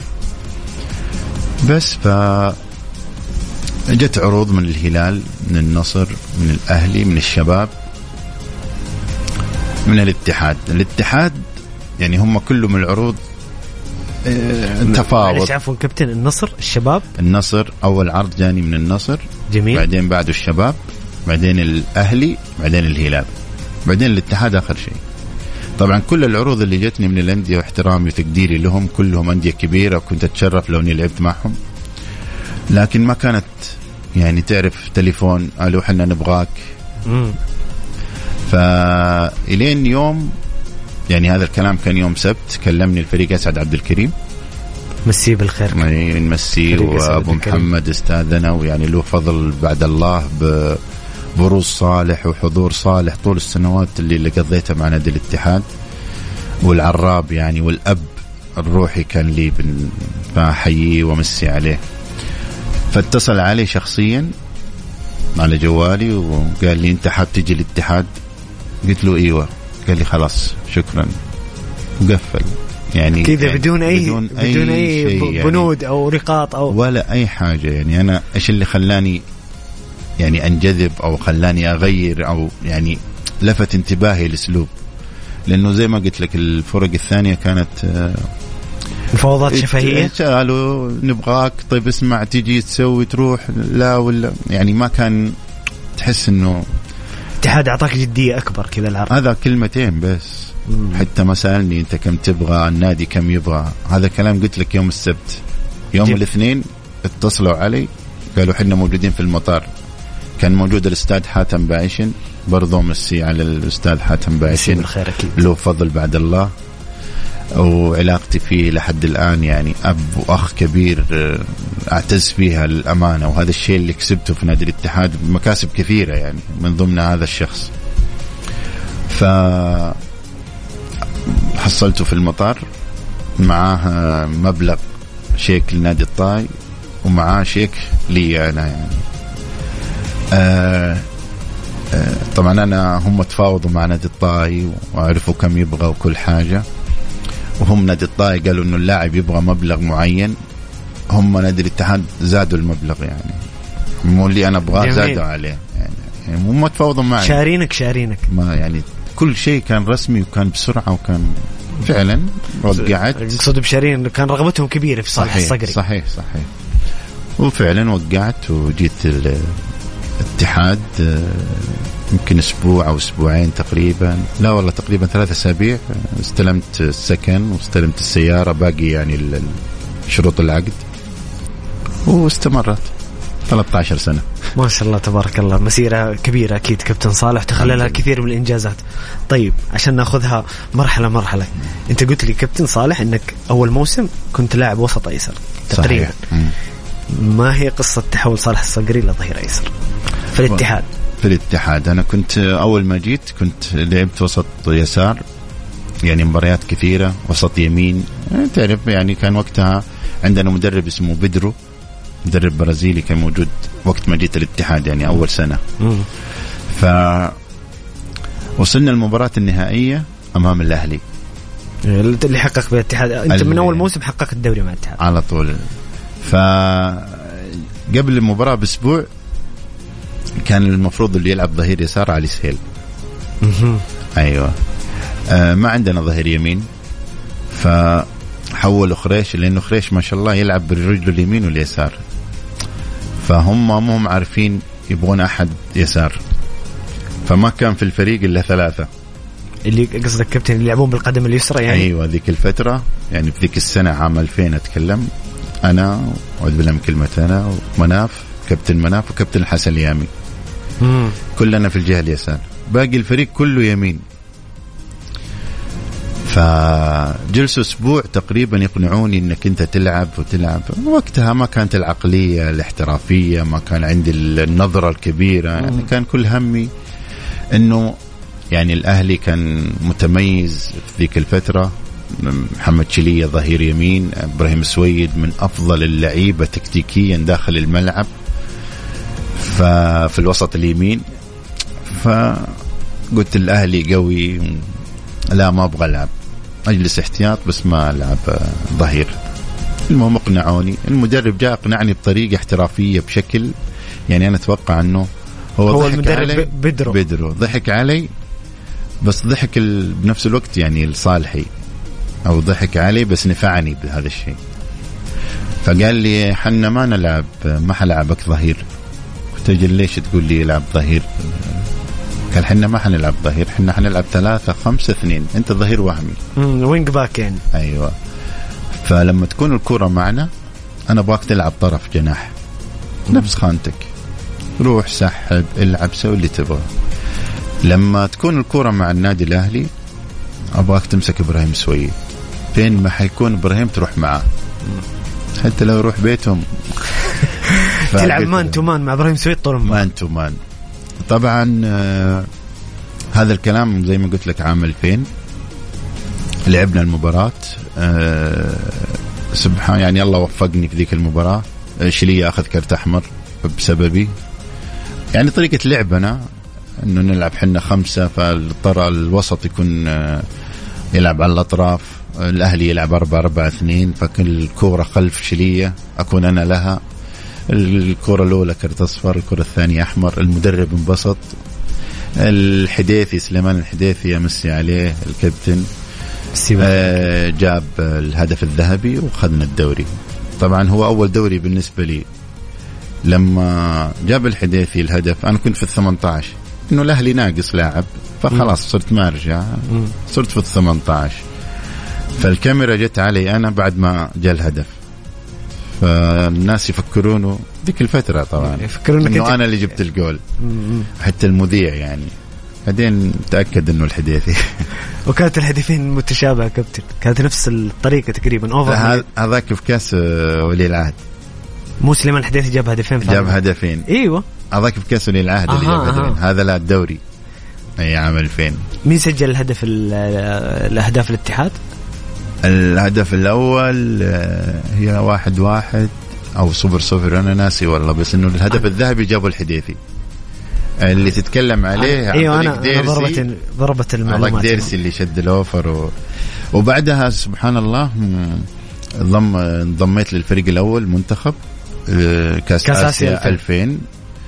بس جت عروض من الهلال، من النصر، من الأهلي، من الشباب، من الاتحاد يعني هم كلهم العروض تفاوض. عفوا كابتن، النصر، الشباب. النصر أول عرض جاني من النصر. جميل. بعدين بعده الشباب، بعدين الأهلي، بعدين الهلال، بعدين الاتحاد آخر شيء. طبعا كل العروض اللي جتني من الأندية واحترامي وتقديري لهم كلهم أندية كبيرة، وكنت أتشرف لو أني لعبت معهم، لكن ما كانت يعني تعرف تليفون قالوا حنا نبغاك. فإلين يوم، يعني هذا الكلام كان يوم سبت، كلمني الفريق أسعد عبد الكريم، مسيه بالخير، نمسيه، وأبو محمد استاذنا، ويعني له فضل بعد الله بروز صالح وحضور صالح طول السنوات اللي قضيتها مع نادي الاتحاد، والعراب يعني والأب الروحي كان لي، فأحييه ومسي عليه. فاتصل علي شخصيا على جوالي وقال لي أنت حاب تجي الاتحاد؟ قلت له إيوه. قال لي خلاص شكرا، وقفل. يعني كذا بدون أي بنود يعني أو رقاط أو ولا أي حاجة. يعني أنا إيش اللي خلاني يعني أنجذب أو خلاني أغير أو يعني لفت انتباهي الأسلوب؟ لأنه زي ما قلت لك الفرق الثانية كانت مفاوضات شفهية، قالوا نبغاك، طيب اسمع تيجي تسوي تروح لا ولا، يعني ما كان تحس إنه الاتحاد أعطاك جدية أكبر كذا العرض. هذا كلمتين بس. حتى ما سألني أنت كم تبغى، النادي كم يبغى، هذا كلام قلت لك يوم السبت. يوم الاثنين اتصلوا علي قالوا حنا موجودين في المطار. كان موجود الأستاذ حاتم باعشن، برضو مسي على الأستاذ حاتم باعشن، له فضل بعد الله، وعلاقتي فيه لحد الآن يعني أب وأخ كبير أعتز فيها الأمانة. وهذا الشيء اللي كسبته في نادي الاتحاد بمكاسب كثيرة، يعني من ضمن هذا الشخص. فحصلته في المطار، معاه مبلغ شيك لنادي الطاي ومعاه شيك لي أنا يعني. طبعا هم تفاوضوا مع نادي الطاي وعرفوا كم يبغى وكل حاجة، وهم نادي الطاي قالوا إنه اللاعب يبغى مبلغ معين، هم نادي الاتحاد زادوا المبلغ، يعني مو اللي أنا أبغاه زادوا عليه، يعني هم تفاوضوا معي، شارينك ما يعني كل شيء كان رسمي وكان بسرعة وكان فعلا. وقعت، أقصد بشارين كان رغبتهم كبيرة في صالح الصقري. صحيح. وفعلا وقعت وجيت الاتحاد يمكن أسبوع أو أسبوعين تقريبا، لا والله تقريبا 3 أسابيع. استلمت السكن واستلمت السيارة، باقي يعني شروط العقد، واستمرت 13 سنة ما شاء الله تبارك الله. مسيرة كبيرة أكيد كابتن صالح، تخللها كثير من الإنجازات. طيب عشان ناخذها مرحلة، أنت قلت لي كابتن صالح أنك أول موسم كنت لاعب وسط أيسر تقريبا. ما هي قصة تحول صالح الصقري لظهير أيسر في الاتحاد؟ في الاتحاد أنا كنت أول ما جيت كنت لعبت وسط يسار، يعني مباريات كثيرة، وسط يمين. تعرف يعني كان وقتها عندنا مدرب اسمه بيدرو، مدرب برازيلي كان موجود وقت ما جيت الاتحاد، يعني أول سنة. وصلنا المباراة النهائية امام الاهلي اللي حقق بالاتحاد. انت من اول موسم حققت الدوري مع الاتحاد على طول. فقبل المباراة بأسبوع كان المفروض اللي يلعب ظهير يسار علي سهيل. أيوة. ما عندنا ظهير يمين، فحولوا خريش، لأنه خريش ما شاء الله يلعب برجله اليمين واليسار، فهم عارفين يبغون أحد يسار، فما كان في الفريق إلا 3. اللي قصدك كابتن اللي يلعبون بالقدم اليسرى يعني؟ أيوة ذيك الفترة يعني في ذيك السنة عام 2000 أتكلم أنا وأعوذ بالله من كلمة أنا ومناف، كابتن مناف وكابتن الحسن اليامي، كلنا في الجهة اليسار، باقي الفريق كله يمين. فجلسوا أسبوع تقريبا يقنعوني أنك أنت تلعب وتلعب. وقتها ما كانت العقلية الاحترافية، ما كان عندي النظرة الكبيرة، يعني كان كل همي أنه يعني الأهلي كان متميز في ذيك الفترة، محمد شلية ظهير يمين، إبراهيم سويد من أفضل اللعيبة تكتيكيا داخل الملعب في الوسط اليمين. فقلت الأهلي قوي، لا ما أبغى ألعب، أجلس احتياط بس ما ألعب ظهير. المهم اقنعوني، المدرب جاء اقنعني بطريقة احترافية بشكل يعني أنا أتوقع أنه هو المدرب بدرو ضحك علي، بس ضحك بنفس الوقت يعني لصالحي، أو ضحك علي بس نفعني بهذا الشيء. فقال لي حنا ما نلعب، ما حلعبك ظهير. قلت له ليش تقول لي يلعب ظهير؟ قال حنا ما حنلعب ظهير، حنا حنلعب 3-5-2، أنت ظهير وهمي وينج باك يعني. أيوة. فلما تكون الكرة معنا أنا أبغاك تلعب طرف جناح نفس خانتك، روح سحب العب سوي اللي تبغى. لما تكون الكرة مع النادي الأهلي أبغاك تمسك إبراهيم سويد، فين ما حيكون إبراهيم تروح معه، حتى لو يروح بيتهم تلعب مان تو مان مع إبراهيم سويد طول مان تو مان. طبعا هذا الكلام زي ما قلت لك عام 2000 لعبنا المباراة. سبحان يعني الله وفقني في ذيك المباراة، شلية أخذ كرت أحمر بسببي. يعني طريقة لعبنا إنه نلعب حنا 5، فالطرى الوسط يكون يلعب على الأطراف، الأهلي يلعب 4-4-2، فكل الكورة خلف شلية أكون أنا لها. الكورة الأولى كرت أصفر، الكورة الثانية أحمر. المدرب انبسط. الحديثي سليمان الحديثي أمسي عليه الكابتن، جاب الهدف الذهبي وخذنا الدوري. طبعا هو أول دوري بالنسبة لي. لما جاب الحديثي الهدف أنا كنت في 18، إنه الأهلي ناقص لاعب، فخلاص صرت ما أرجع، صرت في 18. فالكاميرا جت علي أنا بعد ما جاء الهدف، فالناس يفكرونه ذيك الفترة طبعا يفكرون إنه أنا اللي جبت الجول، حتى المذيع يعني. بعدين تأكد إنه الحديثي. وكانت الهدفين متشابهة كابتن، كانت نفس الطريقة تقريبا. هذاك في كاس ولي العهد، مو سليمان الحديثي جاب هدفين جاب هدفين. ايوه هذاك في كاس ولي العهد اللي جاب هدفين. هذا لا الدوري اي عام 2000. مين سجل الهدف الاهداف الاتحاد؟ الهدف الاول هي 1-1 او 0-0 انا ناسي والله، بس انه الهدف الذهبي جابه الحديثي اللي تتكلم عليه. ايوه انا ضربت المعلومات ديرسي اللي شد الاوفر وبعدها سبحان الله انضميت للفريق الاول منتخب كاس آسيا 2000.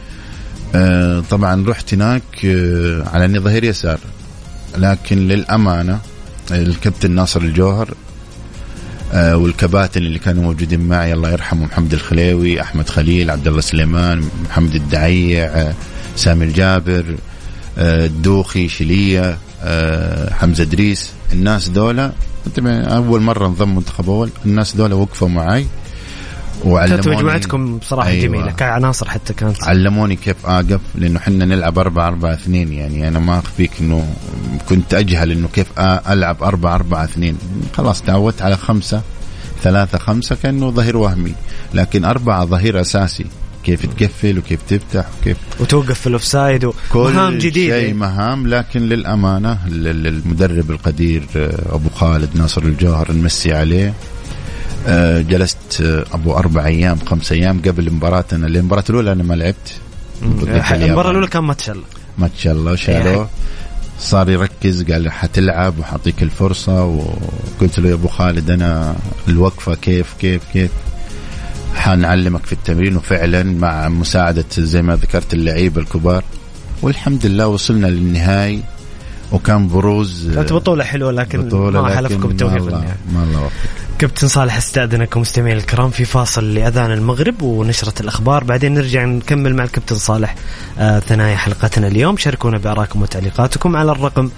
طبعا رحت هناك على اني ظهير يسار، لكن للامانه الكابتن ناصر الجوهر والكباتن اللي كانوا موجودين معي الله يرحمه، محمد الخليوي، احمد خليل، عبد الله سليمان، محمد الدعيع، سامي الجابر، الدوخي، شلية، حمزة دريس، الناس دولة أول مرة انضم منتخب أول. الناس دولة وقفوا معي وعلموني. مجموعتكم بصراحة أيوة. جميلة كعناصر حتى كانت علموني كيف أقف، لأنه حنا نلعب 4-4-2. يعني أنا ما أخفيك إنه كنت أجهل إنه كيف ألعب 4-4-2. خلاص تعودت على 5-3-5 كأنه ظهير وهمي، لكن 4 ظهير أساسي، كيف تقفل وكيف تفتح وكيف وتوقف في الأوفسايد ومهام جديدة، شيء مهام. لكن للأمانة المدرب القدير أبو خالد ناصر الجوهر نمسي عليه، جلست أبو 4 أيام 5 أيام قبل مباراتنا. المباراة الأولى أنا ما لعبت، المباراة الأولى كان ما شاء الله وشالوه. صار يركز، قال حتلعب وحعطيك الفرصة. وقلت له يا أبو خالد أنا الوقفة كيف كيف كيف حنعلمك في التمرين. وفعلا مع مساعدة زي ما ذكرت اللعيبة الكبار والحمد لله وصلنا للنهاية. وكان بروز، كانت بطولة حلوة لكن ما حلفكم بالتوفيق في النهاية. ما الله وفقك. كابتن صالح استأذنكم مستمعين الكرام في فاصل لأذان المغرب ونشرة الأخبار، بعدين نرجع نكمل مع الكابتن صالح ثنايا حلقتنا اليوم. شاركونا بآرائكم وتعليقاتكم على الرقم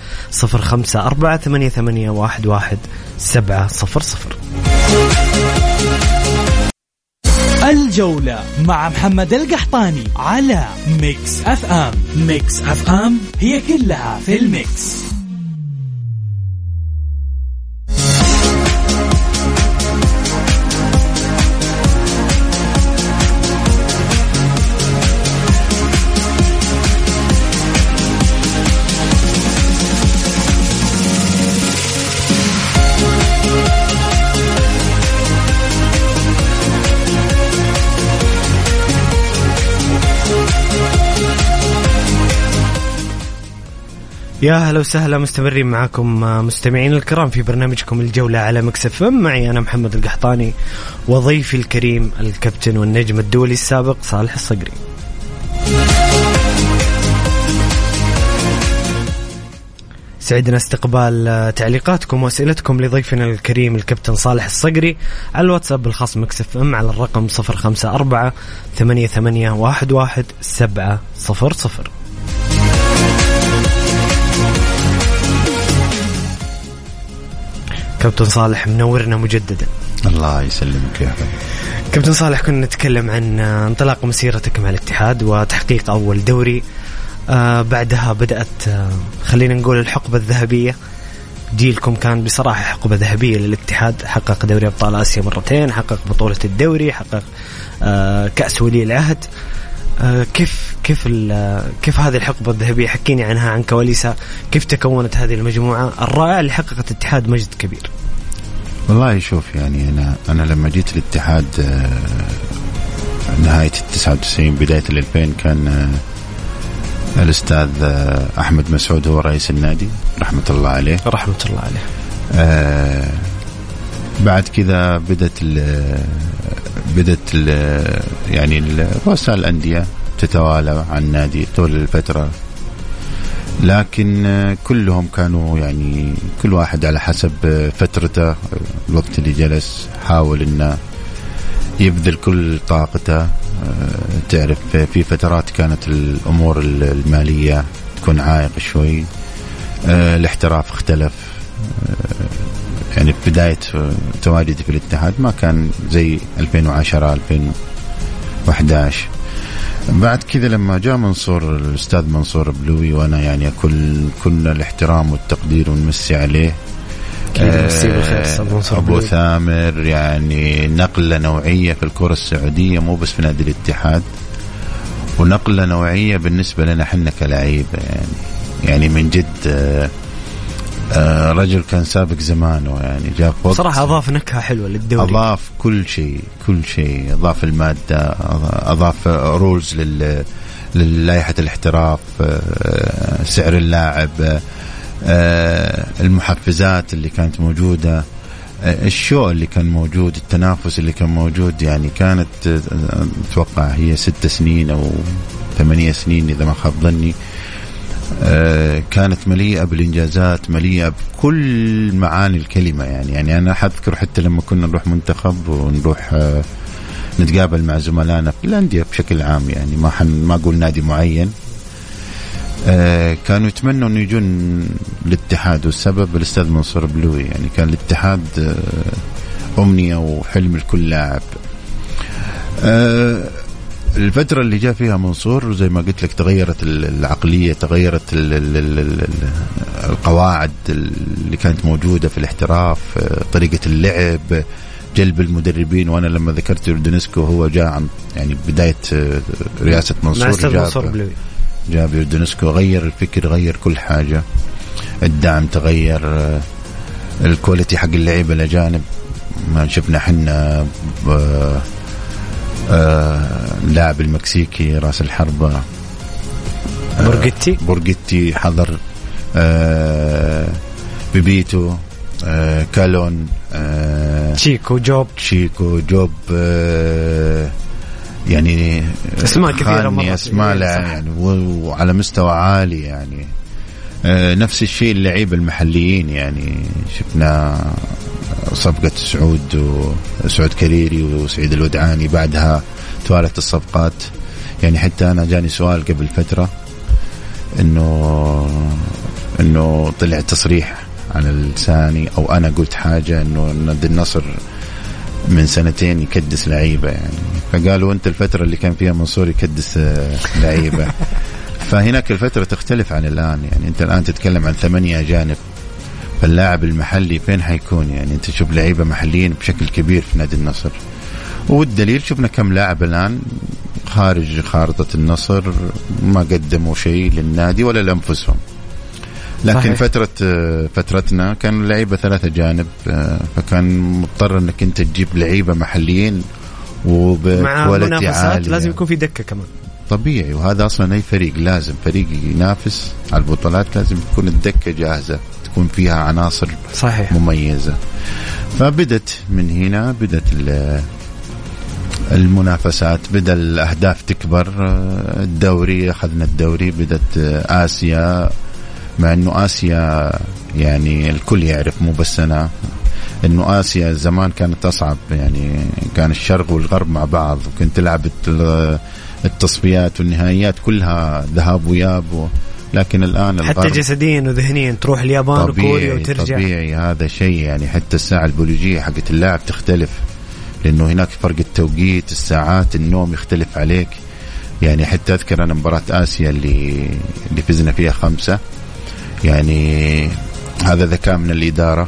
0548811700. الجولة مع محمد القحطاني على ميكس اف ام. ميكس اف ام هي كلها في الميكس. يا هلا وسهلا، مستمرين معكم مستمعين الكرام في برنامجكم الجولة على ميكس اف ام. معي أنا محمد القحطاني وضيفي الكريم الكابتن والنجم الدولي السابق صالح الصقري. سعدنا استقبال تعليقاتكم وأسئلتكم لضيفنا الكريم الكابتن صالح الصقري على الواتساب الخاص ميكس اف ام على الرقم 0548811700. كابتن صالح منورنا مجددا. الله يسلمك يا أخي. كابتن صالح، كنا نتكلم عن انطلاق مسيرتك مع الاتحاد وتحقيق أول دوري، بعدها بدأت خلينا نقول الحقبة الذهبية. جيلكم كان بصراحة حقبة ذهبية للاتحاد، حقق دوري أبطال آسيا مرتين، حقق بطولة الدوري، حقق كأس ولي العهد. كيف هذه الحقبة الذهبية؟ حكيني عنها، عن كواليسها، كيف تكونت هذه المجموعة الرائعة اللي حققت الاتحاد مجد كبير. والله شوف، يعني أنا لما جيت الاتحاد نهاية 99 بداية 2000 كان الأستاذ أحمد مسعود هو رئيس النادي رحمة الله عليه. رحمة الله عليه. بعد كذا بدت يعني رؤساء الأندية تتوالى عن النادي طول الفترة، لكن كلهم كانوا يعني كل واحد على حسب فترته، الوقت اللي جلس حاول إنه يبذل كل طاقته. تعرف في فترات كانت الأمور المالية تكون عائق شوي، الاحتراف اختلف. يعني في بداية تواجدي في الاتحاد ما كان زي 2010 2011. بعد كذا لما جاء منصور الأستاذ منصور بلوي، وأنا يعني كنا الاحترام والتقدير ونمسي عليه. أبو ثامر يعني نقلة نوعية في الكرة السعودية، مو بس في نادي الاتحاد، ونقلة نوعية بالنسبة لنا حنا كلاعيبة. يعني من جد رجل كان سابق زمانه، يعني جاء وقت صراحة أضاف نكهة حلوة للدوري، أضاف كل شيء، أضاف المادة، أضاف رولز للائحة الاحتراف، سعر اللاعب، المحفزات اللي كانت موجودة، الشو اللي كان موجود، التنافس اللي كان موجود. يعني كانت أتوقع هي 6 سنين أو 8 سنين إذا ما خاب ظني، كانت مليئة بالإنجازات، مليئة بكل معاني الكلمة. يعني أنا أذكر حتى لما كنا نروح منتخب ونروح نتقابل مع زملائنا في الأندية بشكل عام، يعني ما أقول نادي معين، كانوا يتمنوا أن يجون الاتحاد، والسبب الأستاذ منصور بلوي. يعني كان الاتحاد أمنية وحلم الكل لاعب. الفترة اللي جاء فيها منصور زي ما قلت لك تغيرت العقلية، تغيرت القواعد اللي كانت موجودة في الاحتراف، طريقة اللعب، جلب المدربين. وأنا لما ذكرت يوردنسكو هو جاء عن يعني بداية رئاسة منصور، جاب يوردنسكو، غير الفكر، غير كل حاجة، الدعم تغير، الكواليتي حق اللعيبة الأجانب ما شفنا حنا. لاعب المكسيكي راس الحربة بورغيتي حضر بيبيتو، كالون، تشيكو جوب، يعني اسماء كثيرة مرة، اسماء يعني وعلى مستوى عالي يعني. نفس الشيء اللعيبة المحليين، يعني شفنا صفقة سعود كريري وسعيد الودعاني، بعدها توالت الصفقات. يعني حتى أنا جاني سؤال قبل فترة إنه طلع تصريح على لساني، أو أنا قلت حاجة إنه نادي النصر من سنتين يكدس لعيبة يعني، فقالوا أنت الفترة اللي كان فيها منصور يكدس لعيبة. فهناك الفترة تختلف عن الآن، يعني أنت الآن تتكلم عن 8 أجانب، فاللاعب المحلي فين حيكون؟ يعني أنت تشوف لعيبة محليين بشكل كبير في نادي النصر، والدليل شفنا كم لاعب الآن خارج خارطة النصر ما قدموا شيء للنادي ولا لأنفسهم. لكن صحيح. فترتنا كان لعيبة 3 أجانب، فكان مضطر أنك أنت تجيب لعيبة محليين وبكواليتي عالية، لازم يكون في دكة كمان طبيعي. وهذا أصلا أي فريق لازم فريق ينافس على البطولات لازم تكون الدكة جاهزة، تكون فيها عناصر صحيح مميزة. فبدت من هنا، بدت المنافسات، بدأ الأهداف تكبر. الدوري، أخذنا الدوري، بدت آسيا، مع أنه آسيا يعني الكل يعرف، مو بس أنا، أنه آسيا زمان كانت أصعب، يعني كان الشرق والغرب مع بعض، وكنت تلعب التصفيات والنهائيات كلها ذهاب وياب، لكن الآن حتى جسديا وذهنيا تروح اليابان وكوريا وترجع. طبيعي هذا شيء، يعني حتى الساعة البيولوجية حقت اللاعب تختلف، لأنه هناك فرق التوقيت، الساعات، النوم يختلف عليك. يعني حتى أذكر أنا مباراة آسيا اللي فزنا فيها 5، يعني هذا ذكاء من الإدارة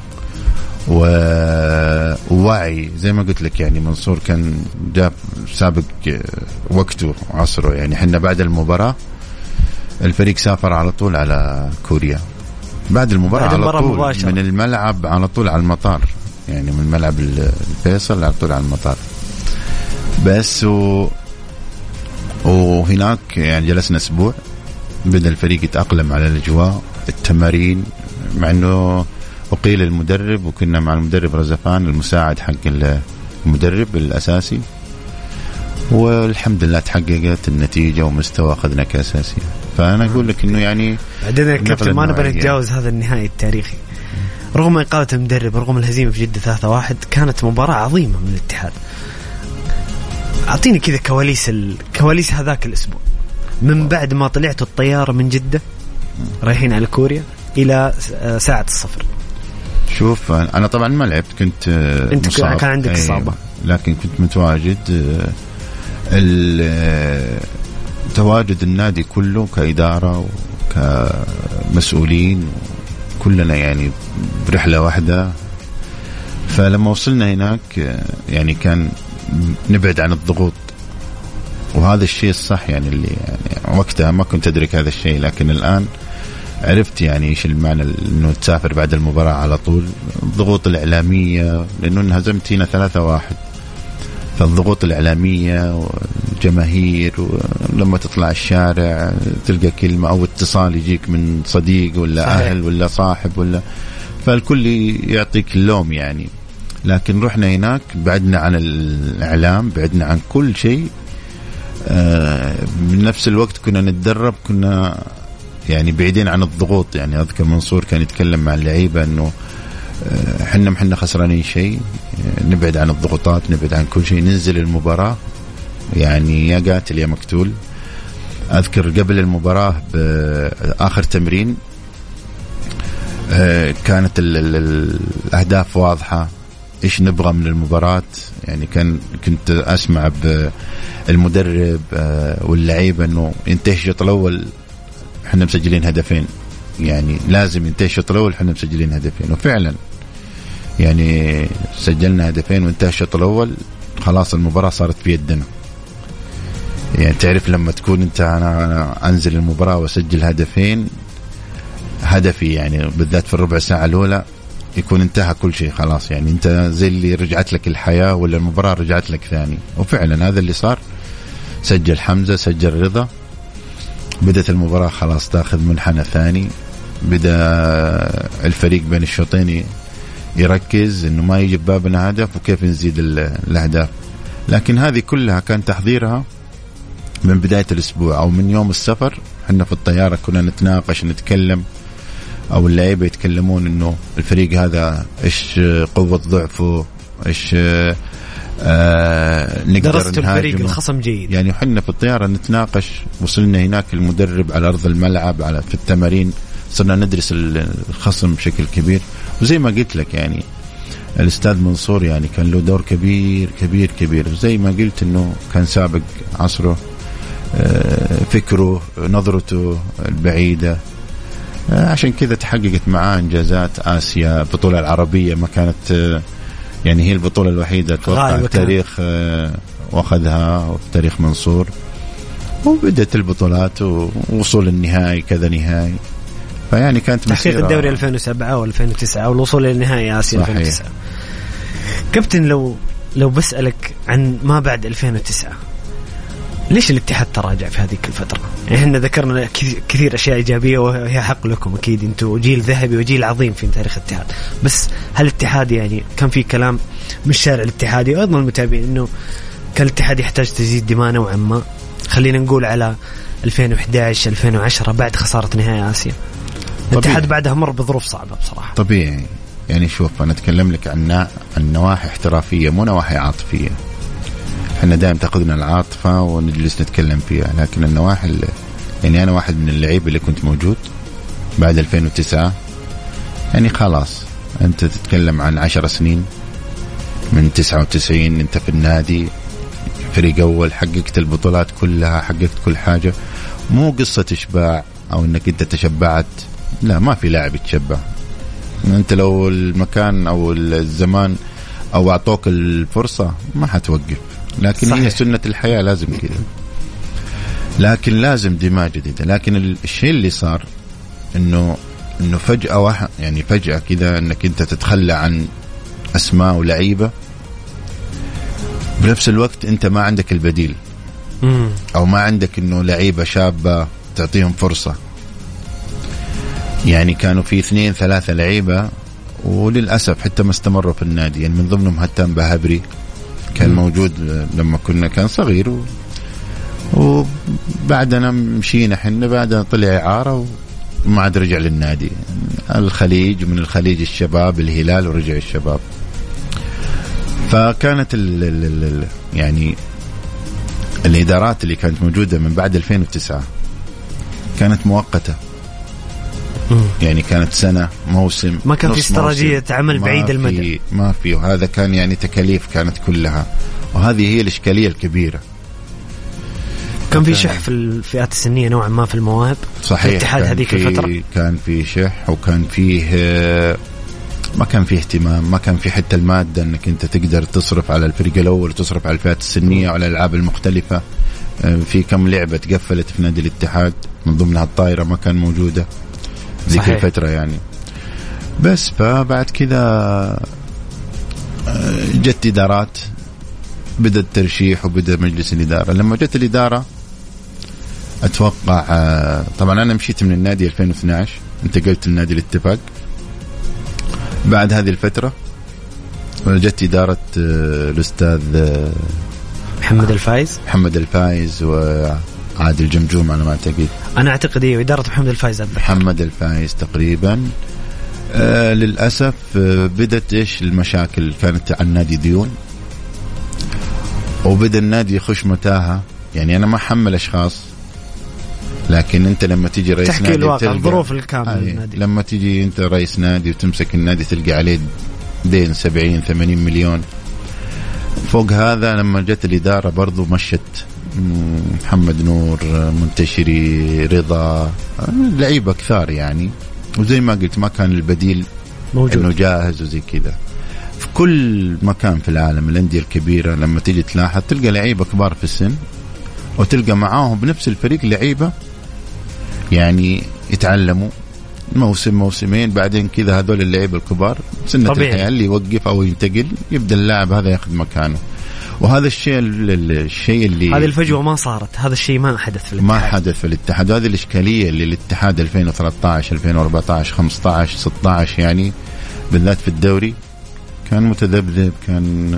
ووعي زي ما قلت لك. يعني منصور كان جاب سابق وقته وعصره، يعني حنا بعد المباراة الفريق سافر على طول على كوريا، بعد المباراة على طول مباشرة. من الملعب على طول على المطار، يعني من ملعب الفيصل على طول على المطار بس. وهناك يعني جلسنا أسبوع، بدأ الفريق يتأقلم على الأجواء، التمارين، مع أنه أقيل المدرب وكنا مع المدرب رزفان المساعد حق المدرب الأساسي، والحمد لله تحققت النتيجة ومستوى أخذنا كأساسي. فأنا أقول لك أنه يعني بعدين كابتن ما نبغى نتجاوز هذا النهائي التاريخي رغم إقالة المدرب، رغم الهزيمة في جدة 3-1، كانت مباراة عظيمة من الاتحاد. أعطيني كذا كواليس هذاك الأسبوع من بعد ما طلعت الطيارة من جدة رايحين على كوريا إلى ساعة الصفر. شوف أنا طبعا ما لعبت، كنت مصاب، كان عندك إصابة، لكن كنت متواجد. تواجد النادي كله كإدارة وكمسؤولين كلنا يعني برحلة واحدة. فلما وصلنا هناك يعني كان نبعد عن الضغوط، وهذا الشيء الصح يعني اللي يعني وقتها ما كنت أدرك هذا الشيء، لكن الآن عرفت يعني إيش المعنى إنه تسافر بعد المباراة على طول. الضغوط الإعلامية، لأنه انهزمت هنا 3-1، فالضغوط الإعلامية والجماهير، ولما تطلع الشارع تلقى كلمة أو اتصال يجيك من صديق ولا صحيح. أهل ولا صاحب ولا، فالكل يعطيك اللوم يعني. لكن رحنا هناك بعدنا عن الإعلام، بعدنا عن كل شيء. بنفس الوقت كنا نتدرب، كنا يعني بعيدين عن الضغوط. يعني أذكر منصور كان يتكلم مع اللعيبة أنه حنا خسرانين شيء، نبعد عن الضغوطات، نبعد عن كل شيء، ننزل المباراة يعني يا قاتل يا مقتول. أذكر قبل المباراة بآخر تمرين كانت الأهداف واضحة، إيش نبغى من المباراة. يعني كنت أسمع بالمدرب واللعيبة أنه ينتهي الشوط الأول احنا مسجلين هدفين، يعني لازم ينتهي الشوط الأول احنا مسجلين هدفين. وفعلا يعني سجلنا هدفين وانتهى الشوط الأول، خلاص المباراة صارت في يدنا. يعني تعرف لما تكون أنا أنزل المباراة وأسجل هدفين، هدفي يعني بالذات في الربع ساعة الأولى يكون انتهى كل شيء خلاص. يعني أنت زي اللي رجعت لك الحياة ولا المباراة رجعت لك ثاني. وفعلا هذا اللي صار. سجل حمزة، سجل رضا، بدأت المباراة خلاص تأخذ منحنى ثاني. بدأ الفريق بين الشوطين يركز إنه ما يجيب بابنا هدف وكيف نزيد الأهداف. لكن هذه كلها كان تحضيرها من بداية الأسبوع أو من يوم السفر. حنا في الطيارة كنا نتناقش نتكلم، أو اللعيبة يتكلمون إنه الفريق هذا إيش قوة ضعفه، إيش نقدر درست الفريق الخصم جيد. يعني حنا في الطيارة نتناقش. وصلنا هناك المدرب على أرض الملعب في التمارين صرنا ندرس الخصم بشكل كبير. وزي ما قلت لك يعني الأستاذ منصور يعني كان له دور كبير كبير كبير. زي ما قلت إنه كان سابق عصره، فكره، نظرته البعيدة. عشان كذا تحققت معاه إنجازات آسيا. البطولة العربية ما كانت يعني هي البطولة الوحيدة توقع التاريخ واخذها في تاريخ منصور. وبدأت البطولات ووصول النهائي كذا نهائي. فيعني كانت تحقيق الدوري 2007 و2009 والوصول للنهائي آسيا 2009. كابتن لو بسألك عن ما بعد 2009، ليش الاتحاد تراجع في هذه الفترة؟ يعني احنا ذكرنا كثير أشياء إيجابية وهي حق لكم أكيد، أنتوا جيل ذهبي وجيل عظيم في تاريخ الاتحاد. بس هل الاتحاد يعني كان في كلام من الشارع الاتحادي وأيضا المتابعين إنه كان الاتحاد يحتاج تزيد دماء نوعا ما، خلينا نقول على 2011 2010 بعد خسارة نهائي آسيا؟ الاتحاد بعدها مر بظروف صعبة بصراحة. طبيعي. يعني شوف أنا أتكلم لك عن نواحي احترافية مو نواحي عاطفية. احنا دائما تأخذنا العاطفة ونجلس نتكلم فيها، لكن النواحي يعني أنا واحد من اللعيبة اللي كنت موجود بعد 2009. يعني خلاص أنت تتكلم عن 10 سنين من 99 أنت في النادي فريق أول، حققت البطولات كلها، حققت كل حاجة. مو قصة إشباع أو أنك أنت تشبعت، لا ما في لاعب يتشبع. أنت لو المكان أو الزمان أو أعطوك الفرصة ما حتوقف. لكن صحيح. هي سنة الحياة لازم كذا، لكن لازم دماء جديدة. لكن الشيء اللي صار إنه فجأة يعني فجأة كذا إنك أنت تتخلى عن أسماء ولعيبة، بنفس الوقت أنت ما عندك البديل أو ما عندك إنه لعيبة شابة تعطيهم فرصة. يعني كانوا في 2-3 لعيبة وللأسف حتى ما استمروا في النادي. يعني من ضمنهم هتان بهبري كان موجود لما كان صغير وبعدنا مشينا حنا، بعدنا طلع إعارة وما عاد رجع للنادي. الخليج، من الخليج الشباب الهلال ورجع الشباب. فكانت يعني الإدارات اللي كانت موجودة من بعد 2009 كانت مؤقتة. يعني كانت سنة، موسم، ما كان في استراتيجية عمل بعيد المدى، ما في. وهذا كان يعني تكاليف كانت كلها، وهذه هي الإشكالية الكبيرة. كان في شح في الفئات السنية نوعا ما في المواهب. صحيح. الاتحاد هذيك الفترة كان في شح، وكان فيه ما كان فيه اهتمام، ما كان في حتى المادة انك انت تقدر تصرف على الفريق الأول وتصرف على الفئات السنية وعلى الألعاب المختلفة. في كم لعبة تقفلت في نادي الاتحاد، من ضمنها الطائرة ما كان موجودة ذيك الفترة يعني. بس فبعد كذا جت إدارات، بدأ الترشيح وبدأ مجلس الإدارة. لما جت الإدارة أتوقع طبعا أنا مشيت من النادي 2012، انتقلت لنادي الاتفاق. بعد هذه الفترة جت إدارة الأستاذ محمد الفايز وعادل جمجوم على ما أعتقد. أنا أعتقد إيه إدارة محمد الفايز تقريبا. للأسف بدت إيش المشاكل، كانت عن النادي ديون، وبدأ النادي يخش متاهة. يعني أنا ما حمل أشخاص، لكن أنت لما تيجي رئيس تحكي نادي الواقع الظروف الكاملة. لما تيجي أنت رئيس نادي وتمسك النادي تلقى عليه دين 70-80 مليون. فوق هذا لما جت الإدارة برضو مشت محمد نور، منتشري، رضا، لعيبة كثار يعني. وزي ما قلت ما كان البديل موجود إنه جاهز وزي كذا. في كل مكان في العالم الأندية الكبيرة لما تيجي تلاحظ تلقى لعيبة كبار في السن، وتلقى معاهم بنفس الفريق لعيبة يعني يتعلموا موسم موسمين، بعدين كذا هذول اللعيبة الكبار سنة الحياة اللي يوقف أو ينتقل يبدأ اللاعب هذا ياخذ مكانه. وهذا الشيء اللي هذه الفجوة ما صارت، هذا الشيء ما حدث في الاتحاد، ما حدث في الاتحاد. هذه الإشكالية اللي الاتحاد 2013 2014 15 16 يعني بالذات في الدوري كان متذبذب، كان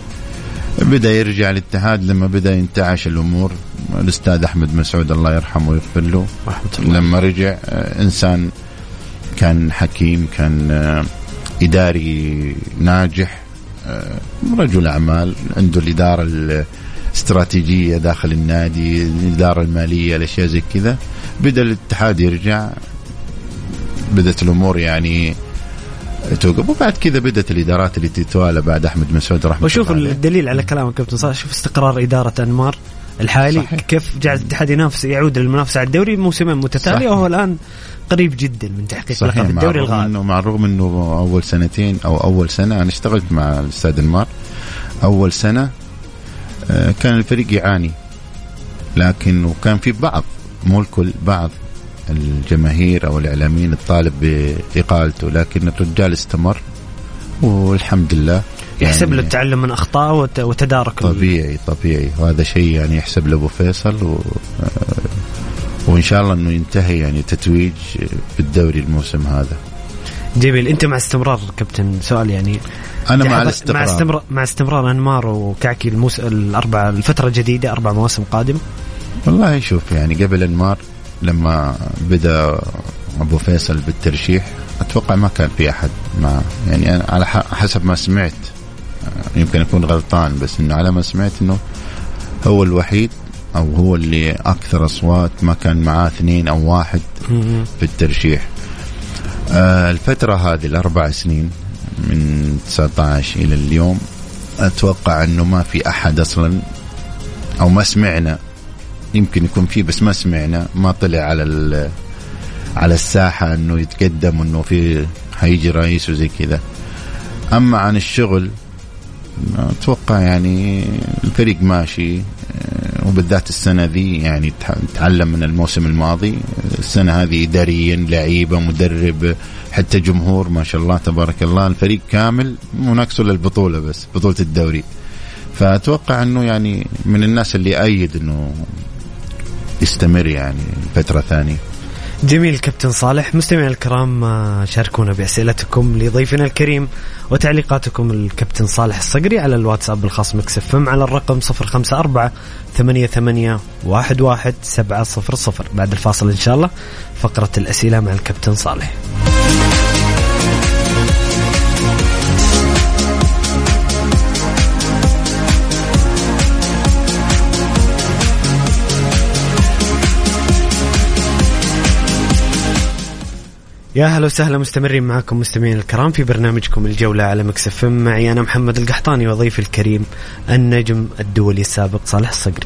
بدأ يرجع الاتحاد لما بدأ ينتعش الأمور. الأستاذ أحمد مسعود الله يرحمه ويغفر له لما رجع إنسان كان حكيم، كان إداري ناجح، رجل أعمال، عنده الإدارة الاستراتيجية داخل النادي، الإدارة المالية، الأشياء زي كذا. بدأ الاتحاد يرجع، بدأت الأمور يعني توقف، وبعد كذا بدأت الإدارات اللي تتوالى بعد أحمد مسعود رحمه الله. وشوف الدليل على كلامك كابتن صالح، شوف استقرار إدارة أنمار الحالي صحيح. كيف جعل الاتحاد ينافس، يعود للمنافسة على الدوري موسمين متتالية، وهو الآن قريب جدا من تحقيق لقب الدوري الغائب. مع الرغم أنه أول سنتين أو أول سنة أنا اشتغلت مع الأستاذ أنمار، أول سنة كان الفريق يعاني، لكن كان في بعض، مو الكل، بعض الجماهير أو الإعلاميين الطالب بإقالته، لكن الرجال استمر والحمد لله. يحسب له التعلم من أخطاء وتدارك. طبيعي، وهذا شيء يعني يحسب لأبو فيصل وإن شاء الله أنه ينتهي يعني تتويج في الدوري الموسم هذا. جميل. أنت مع استمرار كابتن، سؤال يعني أنا مع الاستمرار، مع استمرار أنمار وكعكي الفترة الجديدة 4 مواسم قادمة. والله شوف يعني قبل أنمار لما بدأ أبو فيصل بالترشيح أتوقع ما كان في أحد يعني أنا على حسب ما سمعت، يمكن أكون غلطان، بس إنه على ما سمعت إنه هو الوحيد أو هو اللي أكثر أصوات، ما كان معاه 2 أو 1 في الترشيح. الفترة هذه 4 سنين من 19 إلى اليوم أتوقع إنه ما في أحد أصلا، أو ما سمعنا، يمكن يكون فيه بس ما سمعنا، ما طلع على الساحة إنه يتقدم إنه في هيجي رئيس وزي كذا. أما عن الشغل أتوقع يعني الفريق ماشي، وبالذات السنة ذي يعني تعلم من الموسم الماضي. السنة هذه إداريا، لعيبة، مدرب، حتى جمهور، ما شاء الله تبارك الله، الفريق كامل مناقصه للبطولة، بس بطولة الدوري. فأتوقع أنه يعني من الناس اللي أيد أنه يستمر يعني فترة ثانية. جميل كابتن صالح. مستمعين الكرام، شاركونا بأسئلتكم لضيفنا الكريم وتعليقاتكم الكابتن صالح الصقري على الواتساب الخاص مكس اف ام على الرقم 0548811700. بعد الفاصل إن شاء الله فقرة الأسئلة مع الكابتن صالح. يا هلا وسهلا، مستمرين معكم مستمعين الكرام في برنامجكم الجولة على مكس اف ام، معي أنا محمد القحطاني وضيفي الكريم النجم الدولي السابق صالح الصقري.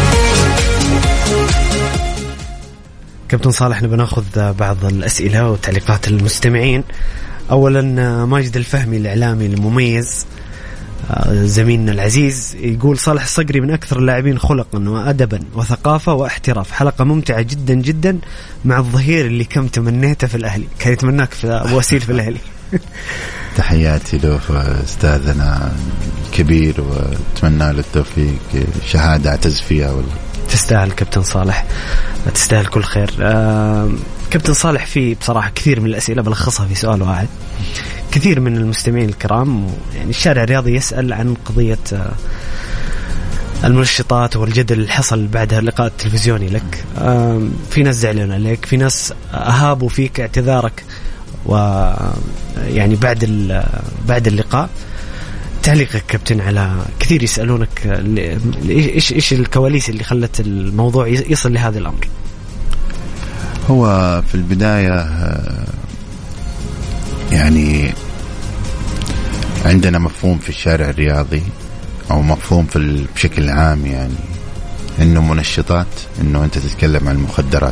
كابتن صالح، نبي ناخذ بعض الأسئلة وتعليقات المستمعين. أولا ماجد الفهمي الإعلامي المميز زميلنا العزيز يقول: صالح الصقري من أكثر اللاعبين خلقا وأدبا وثقافة واحتراف، حلقة ممتعة جدا جدا مع الظهير اللي كم تمنيته في الأهلي. كان يتمناك في أبو وسيل في الأهلي. تحياتي له أستاذنا الكبير، وأتمنى له التوفيق، شهادة أعتز فيها والله. تستاهل كابتن صالح، تستاهل كل خير. كابتن صالح، في بصراحة كثير من الأسئلة بلخصها في سؤال واحد. كثير من المستمعين الكرام يعني الشارع الرياضي يسأل عن قضية المنشطات والجدل اللي حصل بعد اللقاء التلفزيوني لك. في ناس زعلوا عليك، في ناس أهابوا فيك اعتذارك، ويعني بعد اللقاء تعليقك كابتن على كثير يسألونك إيش الكواليس اللي خلت الموضوع يصل لهذا الأمر. هو في البداية يعني عندنا مفهوم في الشارع الرياضي، أو مفهوم بشكل عام، يعني إنه منشطات، إنه أنت تتكلم عن المخدرات.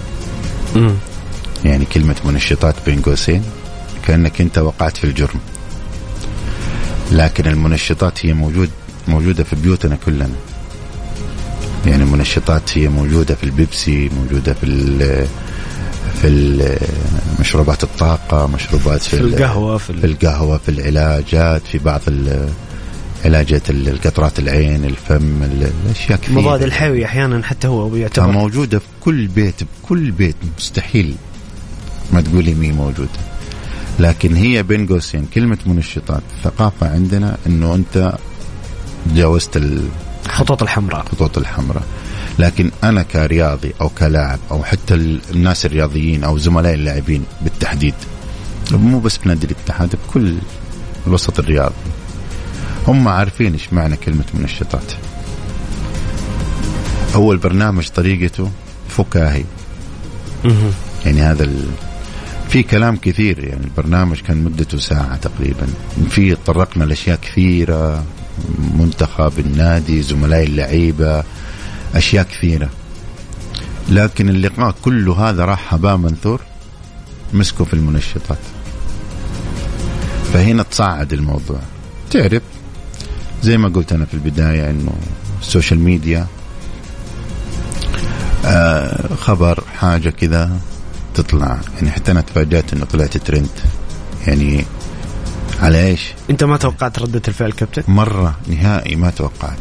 يعني كلمة منشطات بين قوسين كأنك أنت وقعت في الجرم، لكن المنشطات هي موجودة في بيوتنا كلنا. يعني المنشطات هي موجودة في البيبسي، موجودة في مشروبات الطاقة، مشروبات في القهوة، في العلاجات، في بعض علاجات القطرات العين، الفم، الأشياء كثيرة. مضاد الحيوي أحيانا حتى هو يعتبر موجودة في كل بيت مستحيل ما تقولي مي موجودة. لكن هي بين قوسين كلمة منشطات، الثقافة عندنا إنه أنت تجاوزت الخطوط الحمراء. لكن أنا كرياضي أو كلاعب أو حتى الناس الرياضيين أو زملاء اللاعبين بالتحديد، مو بس في نادي الاتحاد، بكل الوسط الرياضي، هم عارفين إيش معنى كلمة منشطات. أول برنامج طريقته فكاهي، يعني هذا في كلام كثير، يعني البرنامج كان مدته ساعة تقريبا، في طرقنا لأشياء كثيرة، منتخب، النادي، زملاء اللعيبة، أشياء كثيرة. لكن اللقاء كله هذا راح هباء منثور، مسكوا في المنشطات. فهنا تصعد الموضوع. تعرف زي ما قلت أنا في البداية إنه السوشيال ميديا خبر حاجة كذا تطلع، يعني حتى أنا تفاجأت إنه طلعت ترند. يعني على إيش؟ أنت ما توقعت ردة الفعل كابتن؟ مرة نهائي ما توقعت.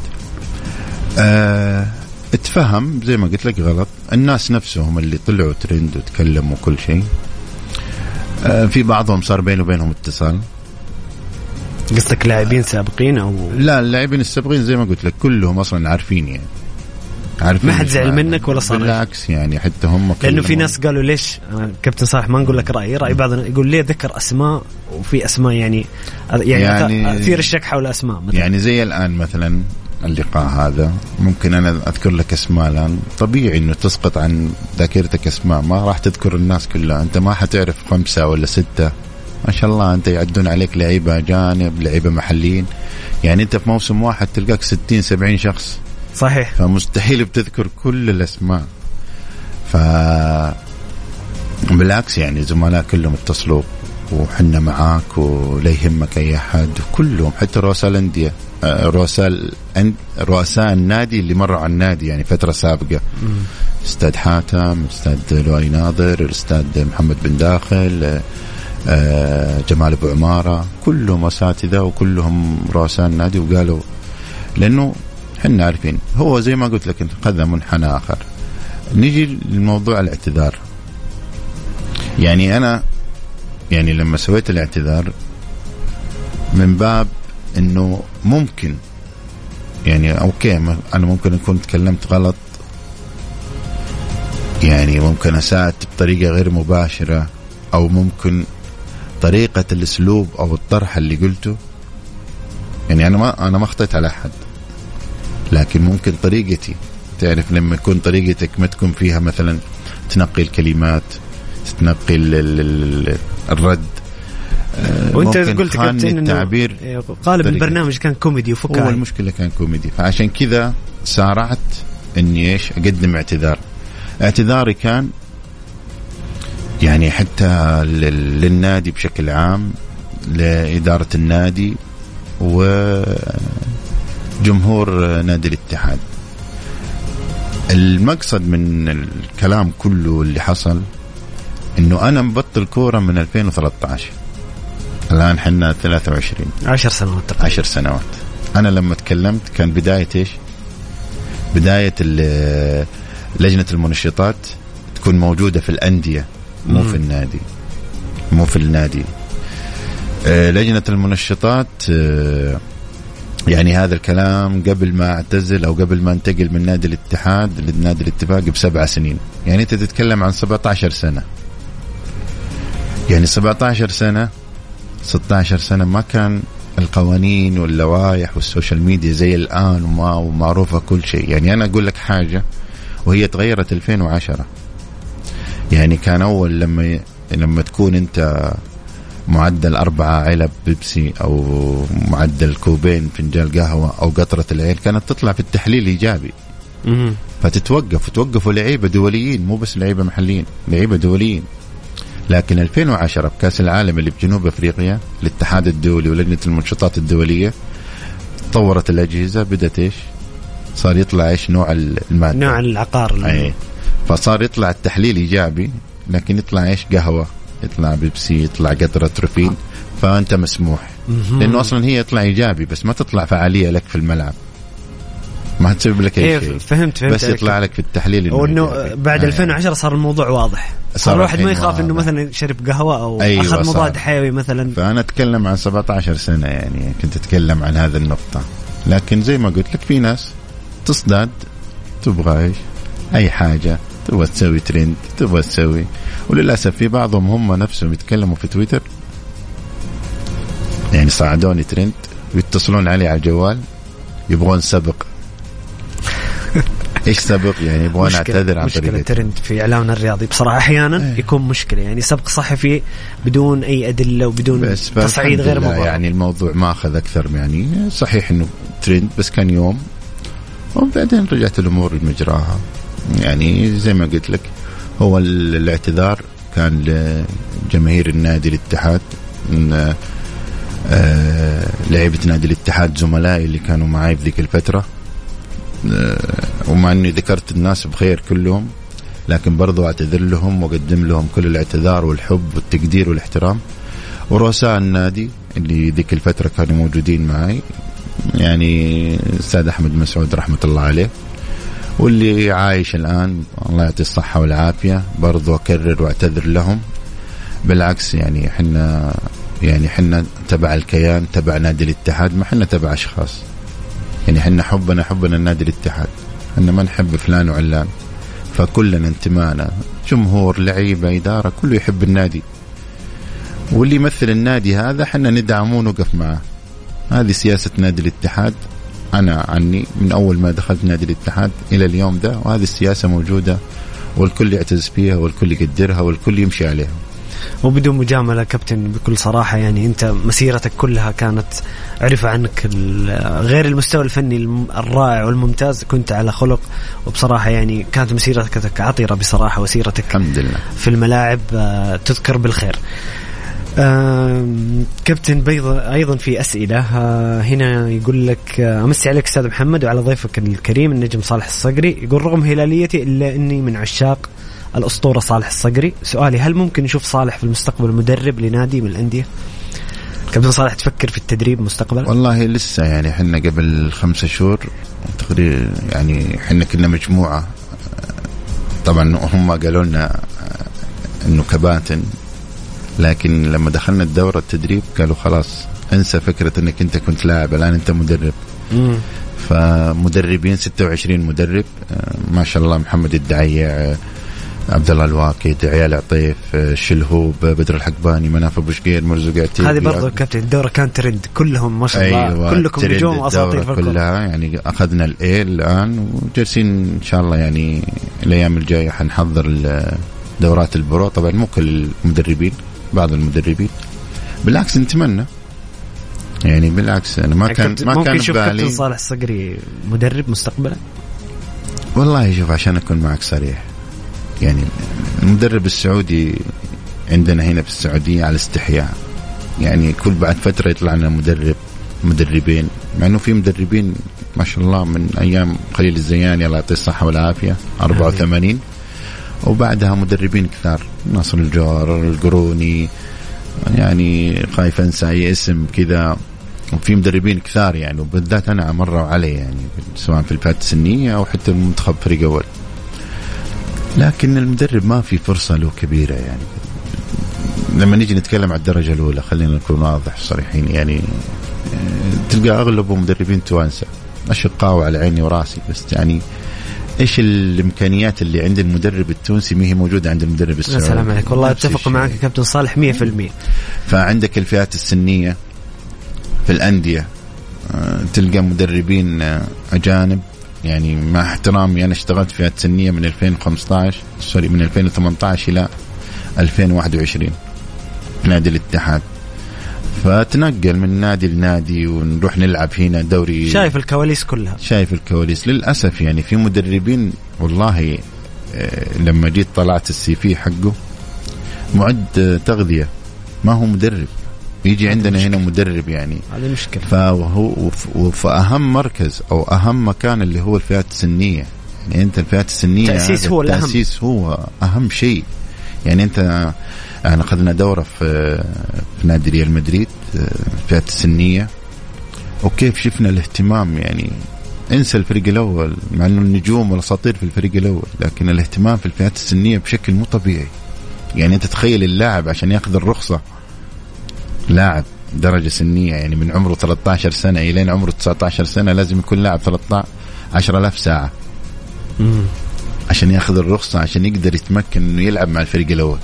اتفهم زي ما قلت لك غلط، الناس نفسهم اللي طلعوا ترند وتكلموا كل شيء، في بعضهم صار بينه وبينهم اتصال. قصدك لاعبين سابقين أو لا؟ اللاعبين السابقين زي ما قلت لك كلهم أصلا عارفين، يعني عارفين، ما حد زعل منك ولا صار. بالعكس يعني حتى هم، لأنه في ناس قالوا ليش كابتن صالح ما نقول لك رأي بعضنا يقول ليه ذكر أسماء، وفي أسماء يعني أثير الشك حول أسماء مثلا. يعني زي الآن مثلا اللقاء هذا ممكن أنا أذكر لك أسماء، الآن طبيعي إنه تسقط عن ذاكرتك أسماء، ما راح تذكر الناس كلها، أنت ما حتعرف 5 ولا 6 ما شاء الله، أنت يعدون عليك لعيبة أجانب، لعيبة محليين، يعني أنت في موسم واحد تلقاك 60-70 شخص. صحيح. فمستحيل بتذكر كل الأسماء. بالعكس يعني زملاء كلهم اتصلوا وحنا معاك ولا يهمك أي أحد، كلهم حتى رؤساء الأندية، رؤساء النادي اللي مروا على النادي يعني فترة سابقة، أستاذ حاتم، أستاذ لؤي ناظر، الأستاذ محمد بن داخل، جمال أبو عمارة، كلهم أساتذة وكلهم رؤساء النادي، وقالوا لأنه حنا عارفين. هو زي ما قلت لك خذ منحنى آخر. نيجي للموضوع الاعتذار. يعني أنا يعني لما سويت الاعتذار من باب إنه ممكن يعني أوكي أنا ممكن أكون تكلمت غلط، يعني ممكن أسأت بطريقة غير مباشرة، أو ممكن طريقة الأسلوب أو الطرح اللي قلته، يعني أنا ما أخطيت على أحد، لكن ممكن طريقتي، تعرف لما يكون طريقتك ما تكون فيها مثلا تنقي الكلمات، تنقي الرد. وانت قلت كابتن التعبير قالب البرنامج كان كوميدي وفكاهي. هو المشكلة كان كوميدي، فعشان كذا سارعت اني ايش اقدم اعتذار. اعتذاري كان يعني حتى للنادي بشكل عام، لإدارة النادي وجمهور نادي الاتحاد. المقصد من الكلام كله اللي حصل انه انا مبطل كورة من 2013، الان حنا 23 10 سنوات. 10 سنوات. انا لما تكلمت كان بداية ايش؟ بداية لجنة المنشطات تكون موجودة في الأندية، مو في النادي، مو في النادي. لجنة المنشطات يعني هذا الكلام قبل ما اعتزل أو قبل ما انتقل من نادي الاتحاد لنادي الاتفاق ب7 سنين. يعني أنت تتكلم عن 17 سنة، يعني 17 سنة 16 سنة ما كان القوانين واللوائح والسوشيال ميديا زي الآن ومعروفة كل شيء. يعني أنا أقول لك حاجة وهي تغيرت 2010. يعني كان أول لما تكون أنت معدل 4 علب بيبسي أو معدل كوبين فنجان قهوة أو قطرة العين كانت تطلع في التحليل إيجابي، فتوقفوا لعيبة دوليين، مو بس لعيبة محليين، لعيبة دوليين. لكن 2010 بكأس العالم اللي بجنوب أفريقيا، الاتحاد الدولي ولجنة المنشطات الدولية طورت الأجهزة، بدأت إيش؟ صار يطلع إيش نوع المادة، نوع العقار. فصار يطلع التحليل إيجابي، لكن يطلع إيش؟ قهوة، يطلع بيبسي، يطلع قطرة تروفين، فأنت مسموح. لأنه أصلا هي يطلع إيجابي بس ما تطلع فعالية لك في الملعب، ما تسبب لك أي شيء. فهمت بس يطلع لك في التحليل إنه بعد 2010 صار الموضوع واضح، صار الواحد ما يخاف إنه مثلا شرب قهوة أو أخذ مضاد حيوي مثلا. فأنا أتكلم عن 17 سنة يعني كنت أتكلم عن هذا النقطة. لكن زي ما قلت لك في ناس تصداد، تبغى أي حاجة، تبغى تسوي ترند، تبغى تسوي. وللأسف في بعضهم هم نفسهم يتكلموا في تويتر، يعني صعدوني ترند ويتصلون علي على الجوال يبغون سبق. ايش سبق يعني؟ يبغون اعتذر عن طريق الترند في اعلامنا الرياضي بصراحه احيانا يكون مشكله، يعني سبق صحفي بدون اي ادله وبدون تصعيد غير مبرر. يعني الموضوع ما اخذ اكثر، يعني صحيح انه ترند بس كان يوم وبعدين رجعت الامور لمجراها. يعني زي ما قلت لك هو الاعتذار كان لجماهير النادي الاتحاد، لعيبه نادي الاتحاد زملائي اللي كانوا معي في ذيك الفتره، ومع أني ذكرت الناس بخير كلهم لكن برضو أعتذر لهم وقدم لهم كل الاعتذار والحب والتقدير والاحترام. ورؤساء النادي اللي ذيك الفترة كانوا موجودين معي، يعني الأستاذ أحمد مسعود رحمة الله عليه، واللي عايش الآن الله يعطيه الصحة والعافية، برضو أكرر وأعتذر لهم. بالعكس يعني حنا تبع الكيان، تبع نادي الاتحاد، ما حنا تبع أشخاص. يعني حنا حبنا النادي الاتحاد، حنا ما نحب فلان وعلان. فكلنا انتمانا جمهور، لعيبة، إدارة، كله يحب النادي، واللي يمثل النادي هذا حنا ندعمه ونوقف معه. هذه سياسة نادي الاتحاد. أنا عني من أول ما دخلت نادي الاتحاد إلى اليوم ده، وهذه السياسة موجودة والكل يعتز فيها والكل يقدرها والكل يمشي عليها. وبدون مجاملة كابتن بكل صراحة، يعني أنت مسيرتك كلها كانت عرف عنك غير المستوى الفني الرائع والممتاز، كنت على خلق، وبصراحة يعني كانت مسيرتك عطيرة بصراحة، وسيرتك الحمد لله في الملاعب تذكر بالخير. كابتن أيضا في أسئلة هنا يقول لك أمسي عليك أستاذ محمد وعلى ضيفك الكريم النجم صالح الصقري. يقول رغم هلاليتي إلا أني من عشاق الأسطورة صالح الصقري. سؤالي هل ممكن نشوف صالح في المستقبل مدرب لنادي من الأندية؟ كابتن صالح تفكر في التدريب مستقبلا؟ والله لسه، يعني حنا قبل 5 شهور تقريبا، يعني حنا كنا مجموعة، طبعا هم قالوا لنا انه كباتن، لكن لما دخلنا الدورة التدريب قالوا خلاص انسى فكرة انك انت كنت لاعب، الان انت مدرب. فمدربين 26 مدرب ما شاء الله، محمد الدعيع، عبد الله الواكد، عيال عطيف، شلهوب، بدر الحقباني، مناف ابو شقير، مرزوق عتيبي. هذه برضو كابتن الدورة كان ترند، كلهم ما شاء الله. أيوة، كلكم نجوم واساطير كلها. يعني اخذنا الاي الان وجالسين ان شاء الله، يعني الايام الجايه حنحضر دورات البرو. طبعا مو كل المدربين، بعض المدربين. بالعكس نتمنى، يعني بالعكس انا ما كان نشوف كابتن صالح الصقري مدرب مستقبلا. والله شوف، عشان اكون معك صريح، يعني المدرب السعودي عندنا هنا في السعودية على استحياء، يعني كل بعد فترة يطلع لنا مدربين، مع انه في مدربين ما شاء الله من ايام خليل الزياني الله يعطيه الصحة والعافية 84، وبعدها مدربين كثار، ناصر الجوهر، القروني، يعني خايف انسى اي اسم كذا. وفي مدربين كثار يعني، وبالذات انا مروا علي يعني سواء في الفئات السنية او حتى المنتخب فريق اول. لكن المدرب ما في فرصة له كبيرة. يعني لما نيجي نتكلم عن الدرجة الأولى خلينا نكون واضح صريحين، يعني تلقى أغلبهم مدربين توانسة، أشقاء وعلى عيني وراسي، بس يعني إيش الإمكانيات اللي عند المدرب التونسي ما هي موجودة عند المدرب السعودي. السلام عليكم، والله أتفق معك كابتن صالح 100%. فعندك الفئات السنية في الأندية تلقى مدربين أجانب، يعني مع احترامي أنا اشتغلت فئات سنية من 2018 إلى 2021 في نادي الاتحاد، فتنقل من نادي لنادي ونروح نلعب هنا دوري. شايف الكواليس كلها، شايف الكواليس. للأسف يعني في مدربين والله لما جيت طلعت السي في حقه معد تغذية، ما هو مدرب. يجي عندنا هنا مدرب، يعني هذه مشكلة. فهو فأهم مركز أو أهم مكان اللي هو الفئات السنية. يعني أنت الفئات السنية التأسيس هو الأهم، التأسيس هو أهم شيء. يعني أنت احنا اخذنا دورة في نادي ريال مدريد فئات السنية، وكيف شفنا الاهتمام. يعني انسى الفريق الأول مع أنه النجوم والأساطير في الفريق الأول، لكن الاهتمام في الفئات السنية بشكل مو طبيعي. يعني أنت تتخيل اللاعب عشان يأخذ الرخصة، لاعب درجة سنية يعني من عمره 13 سنة إلى عمره 19 سنة لازم يكون لاعب 10,000 ساعة عشان يأخذ الرخصة، عشان يقدر يتمكن إنه يلعب مع الفريق الأول.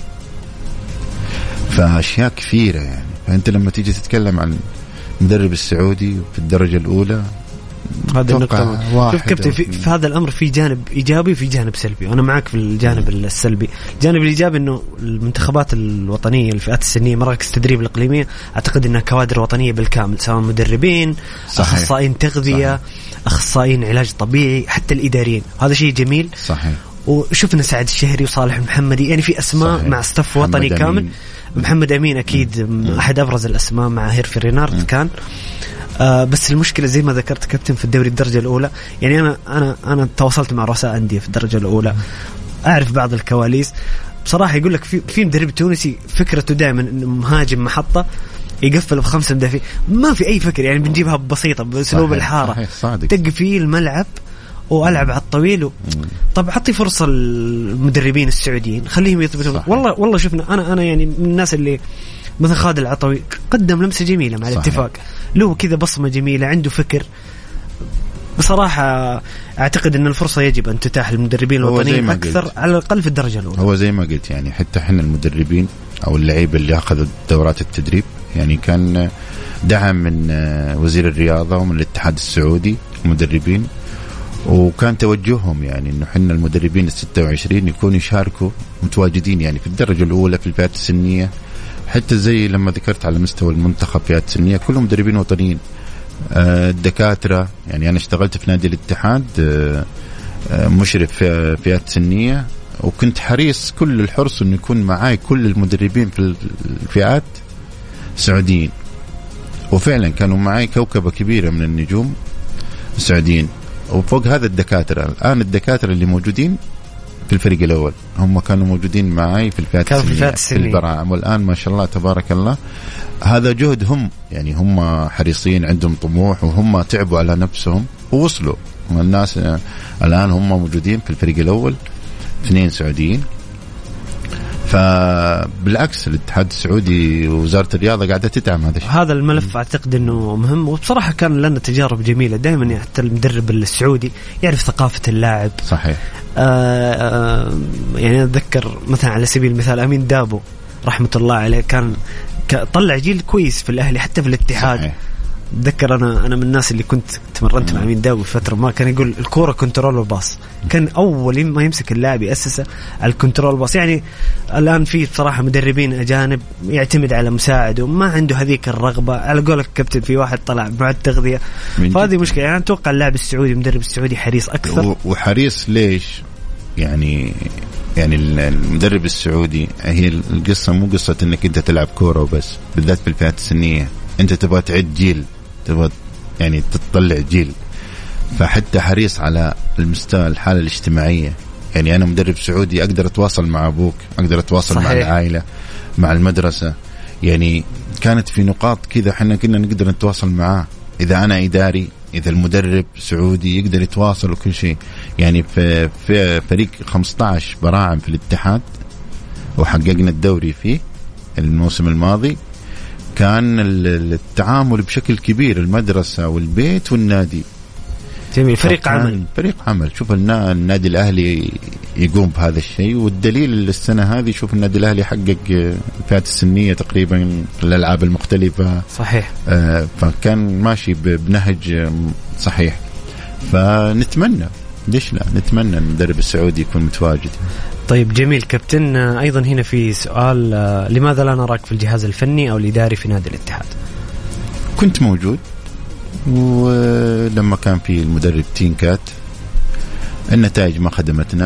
فأشياء كثيرة يعني. فأنت لما تيجي تتكلم عن المدرب السعودي في الدرجة الأولى، هذا النقطة. شوف كابتن، في هذا الأمر في جانب إيجابي وفي جانب سلبي، وأنا معك في الجانب السلبي. الجانب الإيجابي إنه المنتخبات الوطنية الفئات السنية مراكز التدريب الإقليمية أعتقد أنها كوادر وطنية بالكامل، سواء مدربين، أخصائيين تغذية، أخصائيين علاج طبيعي، حتى الإداريين. هذا شيء جميل. صحيح. وشفنا سعد الشهري وصالح المحمدي، يعني في أسماء. صحيح. مع ستاف وطني كامل. محمد أمين أكيد أحد أبرز الأسماء مع هيرفي رينارد كان. بس المشكلة زي ما ذكرت كابتن في الدوري الدرجة الأولى، يعني أنا تواصلت مع رؤساء أندية في الدرجة الأولى، أعرف بعض الكواليس. بصراحة يقول لك في مدرب تونسي فكرته دائما إنه مهاجم محطة يقفل ب5 مدافعين، ما في أي فكرة، يعني بنجيبها بسيطة بأسلوب الحارة، تق فيه الملعب وألعب على الطويل طب حطي فرصة المدربين السعوديين، خليهم يثبتون. والله شفنا أنا يعني من الناس اللي مثلا خالد العطوي قدم لمسة جميلة مع الاتفاق، له كذا بصمة جميلة، عنده فكر. بصراحة أعتقد أن الفرصة يجب أن تتاح للمدربين الوطنيين أكثر على الأقل في الدرجة الأولى. هو زي ما قلت يعني حتى إحنا المدربين أو اللعيبة اللي أخذوا دورات التدريب يعني كان دعم من وزير الرياضة ومن الاتحاد السعودي المدربين، وكان توجههم يعني إنه حنا المدربين 26 يكونوا يشاركوا متواجدين يعني في الدرجة الأولى في الفئات السنية. حتى زي لما ذكرت على مستوى المنتخب فئات سنية كلهم مدربين وطنيين. الدكاترة يعني أنا اشتغلت في نادي الاتحاد مشرف في فئات سنية، وكنت حريص كل الحرص إنه يكون معاي كل المدربين في الفئات سعوديين، وفعلا كانوا معاي كوكبة كبيرة من النجوم السعوديين. وفوق هذا الدكاترة، الآن الدكاترة اللي موجودين في الفريق الأول هم كانوا موجودين معي في الفئات السنية في البراعم، والآن ما شاء الله تبارك الله هذا جهدهم، يعني هم حريصين عندهم طموح وهم تعبوا على نفسهم ووصلوا. والناس الآن هم موجودين في الفريق الأول 2 سعوديين. فبالعكس الاتحاد السعودي ووزارة الرياضة قاعدة تدعم هذا الشيء. هذا الملف أعتقد أنه مهم، وبصراحة كان لنا تجارب جميلة دائما. حتى المدرب السعودي يعرف ثقافة اللاعب. صحيح. يعني أتذكر مثلا على سبيل المثال أمين دابو رحمة الله عليه كان طلع جيل كويس في الأهلي حتى في الاتحاد. صحيح. أتذكر أنا من الناس اللي كنت تمرنت مع أمين داوي فترة ما كان يقول الكورة كنترول وباص، كان أول ما يمسك اللاعب يأسسه على الكنترول باص. يعني الآن في بصراحة مدربين أجانب يعتمد على مساعده وما عنده هذيك الرغبة. على قولك كابتن في واحد طلع مع التغذية، فهذه مشكلة. يعني أتوقع اللاعب السعودي مدرب السعودي حريص أكثر. وحريص ليش؟ يعني المدرب السعودي هي القصة مو قصة إنك أنت تلعب كورة وبس، بالذات في الفئات السنية أنت تبغى تعد جيل، تبغى يعني تطلع جيل. فحتى حريص على المستوى الحالة الاجتماعية. يعني أنا مدرب سعودي أقدر أتواصل مع أبوك، أقدر أتواصل صحيح. مع العائلة، مع المدرسة. يعني كانت في نقاط كذا حنا كنا نقدر نتواصل معاه. إذا أنا إداري، إذا المدرب سعودي يقدر يتواصل وكل شيء. يعني في فريق 15 براعم في الاتحاد وحققنا الدوري فيه الموسم الماضي، كان التعامل بشكل كبير، المدرسة والبيت والنادي. جميل. فريق عمل. شوف النادي الأهلي يقوم بهذا الشيء، والدليل السنة هذه شوف النادي الأهلي حقق الفئات السنية تقريبا في الألعاب المختلفة. صحيح. فكان ماشي بنهج صحيح. فنتمنى، ليش لا، نتمنى أن المدرب السعودي يكون متواجد. طيب جميل كابتن. أيضا هنا في سؤال، لماذا لا نراك في الجهاز الفني أو الإداري في نادي الاتحاد؟ كنت موجود، ولما كان في المدرب تينكات النتائج ما خدمتنا،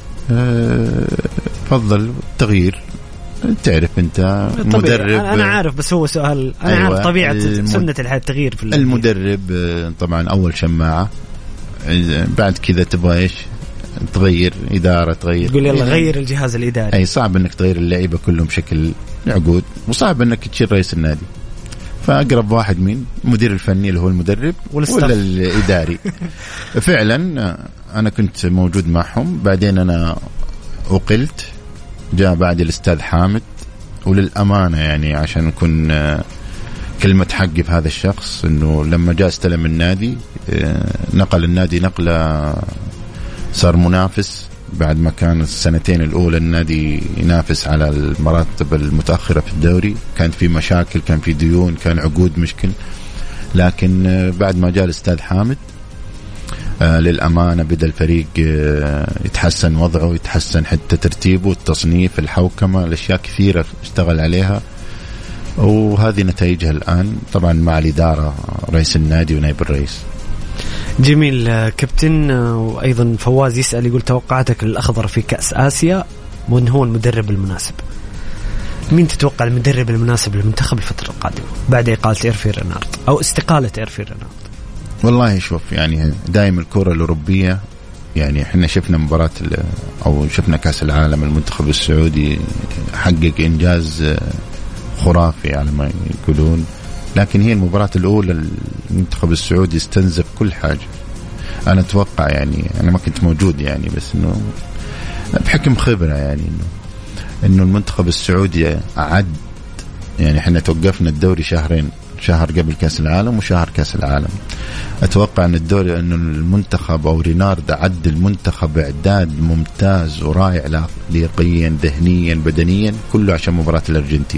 فضل تغيير. تعرف انت مدرب، انا عارف، بس هو سؤال انا أيوة. عارف طبيعه سنه الحياه التغيير في المدرب. طبعا اول شماعه، بعد كذا تبغى ايش؟ تغير إدارة، تغير تقول يلا غير الجهاز الإداري. أي صعب أنك تغير اللعيبة كلهم بشكل عقود، وصعب أنك تشيل رئيس النادي. فأقرب واحد مين؟ المدير الفني اللي هو المدرب ولا الإداري. فعلا أنا كنت موجود معهم، بعدين أنا أقلت، جاء بعد الأستاذ حامد. وللأمانة يعني عشان نكون كلمة حق في هذا الشخص، إنه لما جاء استلم النادي نقل النادي نقلة، صار منافس. بعد ما كان السنتين الأولى النادي ينافس على المراتب المتأخرة في الدوري، كان في مشاكل، كان في ديون، كان عقود مشكل. لكن بعد ما جاء الأستاذ حامد للأمانة بدأ الفريق يتحسن وضعه، يتحسن حتى ترتيبه، التصنيف، الحوكمة، الأشياء كثيرة اشتغل عليها، وهذه نتائجها الآن طبعا مع الإدارة، رئيس النادي ونائب الرئيس. جميل كابتن. وأيضا فواز يسأل يقول توقعاتك للأخضر في كأس آسيا، من هو المدرب المناسب؟ مين تتوقع المدرب المناسب للمنتخب الفترة القادمة بعد إقالة إيرفي رينارد أو استقالة إيرفي رينارد؟ والله شوف، يعني دائما الكرة الأوروبية، يعني احنا شفنا مباراة أو شفنا كأس العالم، المنتخب السعودي حقق إنجاز خرافي على ما يقولون، لكن هي المباراة الأولى المنتخب السعودي استنزف كل حاجة. أنا أتوقع يعني أنا ما كنت موجود يعني، بس إنه بحكم خبرة يعني إنه المنتخب السعودي عد، يعني إحنا توقفنا الدوري شهرين، شهر قبل كأس العالم وشهر كأس العالم. أتوقع أن الدوري إنه المنتخب أو رينارد عد المنتخب إعداد ممتاز ورائع، عقليا ذهنيا بدنيا، كله عشان مباراة الأرجنتين.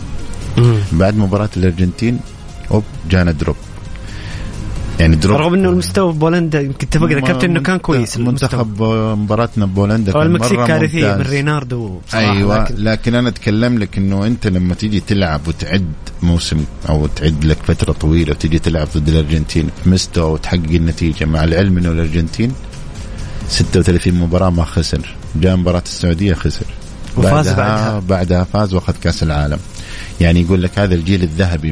بعد مباراة الأرجنتين جانا دروب، يعني دروب، رغم انه المستوى بولندا يمكن اتفقنا كابتن انه كان كويس. المنتخب مباراتنا ببولندا كان المكسيك كارثيه من ريناردو بصراحه. ايوه لكن انا اتكلم لك انه انت لما تيجي تلعب وتعد موسم او تعد لك فتره طويله وتيجي تلعب ضد الارجنتين في مستوى وتحقق النتيجه، مع العلم انه الارجنتين 36 مباراه ما خسر، جاء مباراه السعوديه خسر وفاز بعدها فاز واخذ كاس العالم. يعني يقول لك هذا الجيل الذهبي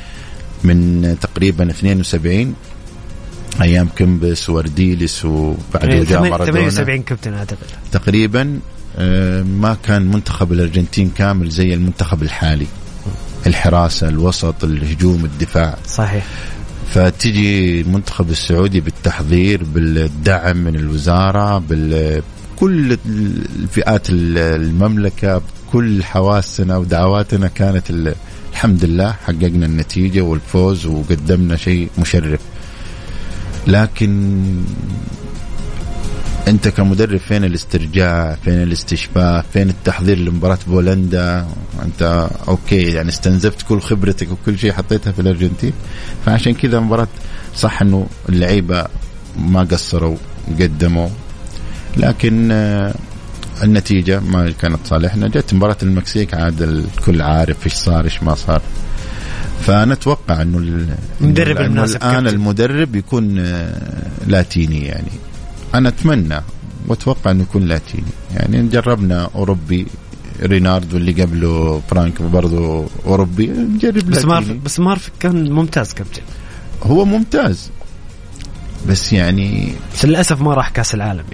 من تقريبا 72 ايام كمبس ورديلس وبعده جاء مارادونا 78 كابتن اعتقد تقريبا. ما كان منتخب الارجنتين كامل زي المنتخب الحالي، الحراسه، الوسط، الهجوم، الدفاع. صحيح. فتجي المنتخب السعودي بالتحضير، بالدعم من الوزاره، بكل الفئات المملكه، بكل حواسنا ودعواتنا، كانت الحمد لله حققنا النتيجه والفوز وقدمنا شيء مشرف. لكن انت كمدرب فين الاسترجاع، فين الاستشفاء، فين التحضير لمباراة بولندا؟ انت اوكي يعني استنزفت كل خبرتك وكل شيء حطيتها في الارجنتين. فعشان كذا مباراة صح انه اللعيبة ما قصروا قدموا، لكن النتيجة ما كانت صالحنا. جت مباراة المكسيك عاد الكل عارف ايش صار ايش ما صار. فأنا أتوقع أنه المدرب المناسب الآن المدرب يكون لاتيني، يعني أنا أتمنى وأتوقع أنه يكون لاتيني. يعني جربنا أوروبي رينارد واللي قبله فرانك برضو أوروبي، نجرب لاتيني. بس مارف كان ممتاز كابتن، هو ممتاز بس يعني بس للأسف ما راح كأس العالم.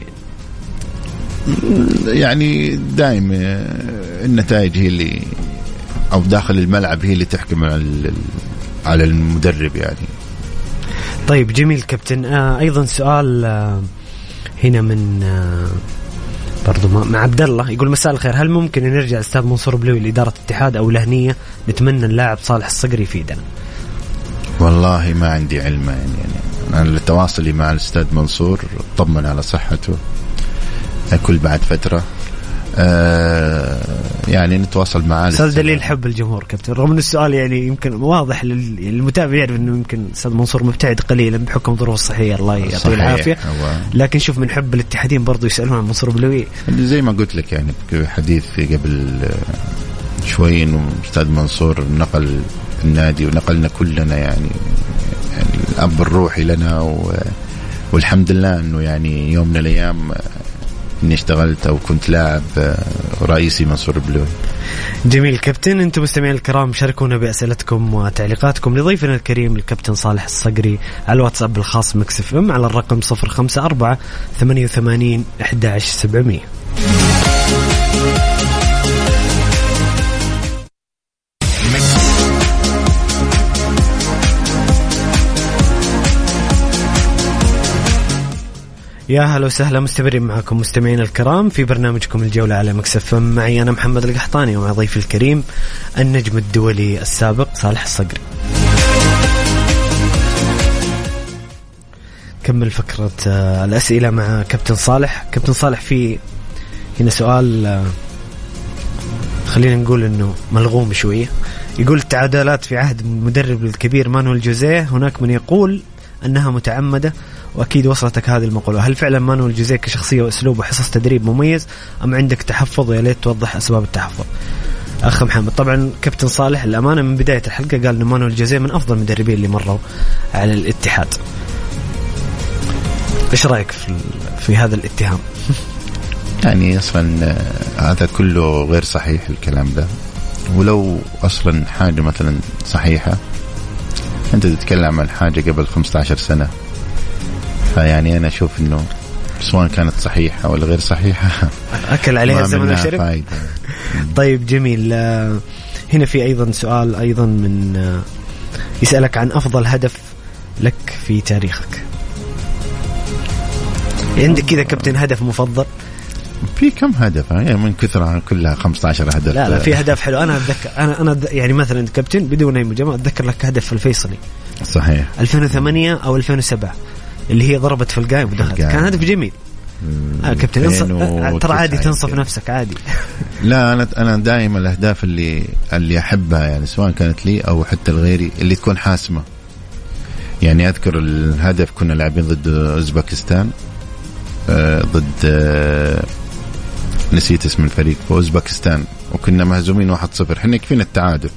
يعني دائما النتائج هي اللي أو داخل الملعب هي اللي تحكم على المدرب يعني. طيب جميل كابتن. أيضا سؤال هنا من برضو مع عبد الله، يقول مساء الخير، هل ممكن أن يرجع الأستاذ منصور بلوي لإدارة الاتحاد أو لهنية؟ نتمنى اللاعب صالح الصقر يفيدنا. والله ما عندي علم يعني أنا تواصلي مع الأستاذ منصور طمن على صحته كل بعد فترة. يعني نتواصل معاه. هذا دليل حب الجمهور كابتن، رغم ان السؤال يعني يمكن واضح للمتابع يعرف انه يمكن استاذ منصور مبتعد قليلا بحكم ظروفه الصحيه الله يعطيه العافيه، لكن شوف من حب الاتحادين برضو يسالون عن منصور بلوي. زي ما قلت لك يعني حديث قبل شوي انه استاذ منصور نقل النادي ونقلنا كلنا يعني الاب الروحي لنا والحمد لله انه يعني يوم من الايام اني اشتغلت او كنت لاعب رئيسي منصور بلوي. جميل كابتن. انتم مستمعين الكرام شاركونا بأسئلتكم وتعليقاتكم لضيفنا الكريم الكابتن صالح الصقري على الواتساب الخاص ميكس اف ام على الرقم 054 88 11700. يا هلا وسهلا، مستمرين معكم مستمعين الكرام في برنامجكم الجولة على ميكس اف ام. معي أنا محمد القحطاني ومع ضيفي الكريم النجم الدولي السابق صالح الصقري. كمل فكرة الأسئلة مع كابتن صالح. كابتن صالح، في هنا سؤال خلينا نقول أنه ملغوم شوية. يقول التعادلات في عهد المدرب الكبير مانويل جوزيه، هناك من يقول أنها متعمدة، وأكيد وصلتك هذه المقولة. هل فعلا مانويل جوزيه كشخصية وأسلوب وحصص تدريب مميز أم عندك تحفظ؟ يا ليت توضح أسباب التحفظ. أخ محمد، طبعا كابتن صالح الأمانة من بداية الحلقة قال أن مانويل جوزيه من أفضل المدربين اللي مروا على الاتحاد. إيش رأيك في هذا الاتهام؟ يعني أصلا هذا كله غير صحيح الكلام ده، ولو أصلا حاجة مثلا صحيحة أنت تتكلم عن حاجة قبل 15 سنة، فيعني أنا أشوف إنه سواء كانت صحيحة ولا غير صحيحة أكل عليها الزمن وشرب. طيب جميل. هنا في أيضا سؤال أيضا من يسألك عن أفضل هدف لك في تاريخك. عندك كذا كابتن هدف مفضل؟ في كم هدف يعني من كثرة كلها 15 هدف. لا في هدف حلو. أنا أتذكر أنا يعني مثلا كابتن بدون أي مجاملة أتذكر لك هدف في الفيصلي صحيح 2008 أو 2007 اللي هي ضربت في القايم ودخلت، كان هدف جميل. كابتن ترى عادي تنصف نفسك عادي. لا أنا دائما الأهداف اللي أحبها يعني سواء كانت لي أو حتى الغيري اللي تكون حاسمة. يعني أذكر الهدف كنا لاعبين ضد أوزبكستان، ضد نسيت اسم الفريق في أوزبكستان، وكنا مهزومين 1-0، حنا كفينا التعادل،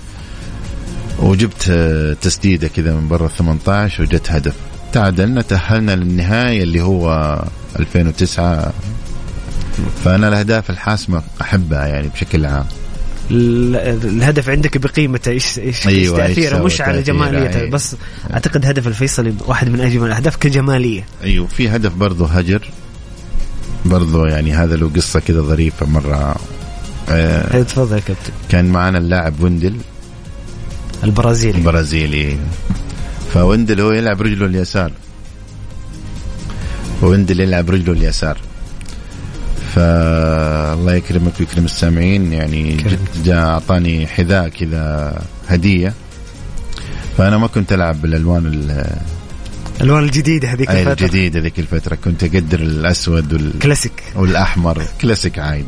وجبت تسديدة كذا من برا 18 وجت هدف، تعادلنا تأهلنا للنهاية اللي هو 2009. فأنا الأهداف الحاسمة أحبها يعني بشكل عام. الهدف عندك بقيمته إيش أيوة تأثيره، مش على جماليته بس. أعتقد هدف الفيصلي واحد من أجمل الأهداف كجمالية. أيوة في هدف برضو هجر برضو، يعني هذا له قصة كده ظريفة مرة. تفضل يا كابتن. كان معنا اللاعب ويندل البرازيلي، فويندل هو يلعب رجله اليسار، فالله يكرمك ويكرم السامعين، يعني جاء أعطاني حذاء كذا هدية، فأنا ما كنت ألعب بالألوان الجديدة هذيك الفترة كنت أقدر الأسود كلاسيك والأحمر كلاسيك عادي،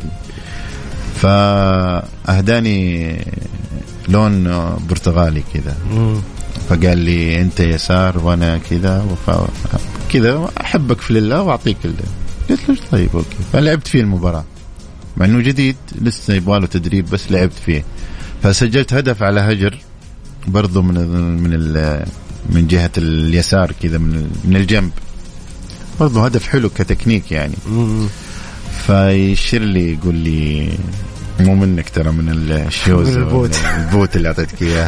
فأهداني لون برتغالي كذا، فقال لي أنت يسار وأنا كذا أحبك في الله وأعطيك الله. قلت له طيب أوكي، فلعبت فيه المباراة مع أنه جديد لسه يبغاله تدريب، بس لعبت فيه، فسجلت هدف على هجر برضو من جهة اليسار كذا من الجنب، برضو هدف حلو كتكنيك يعني. فيشير لي يقول لي مو منك ترى، من الشوز البوت اللي أعطيتك إياه.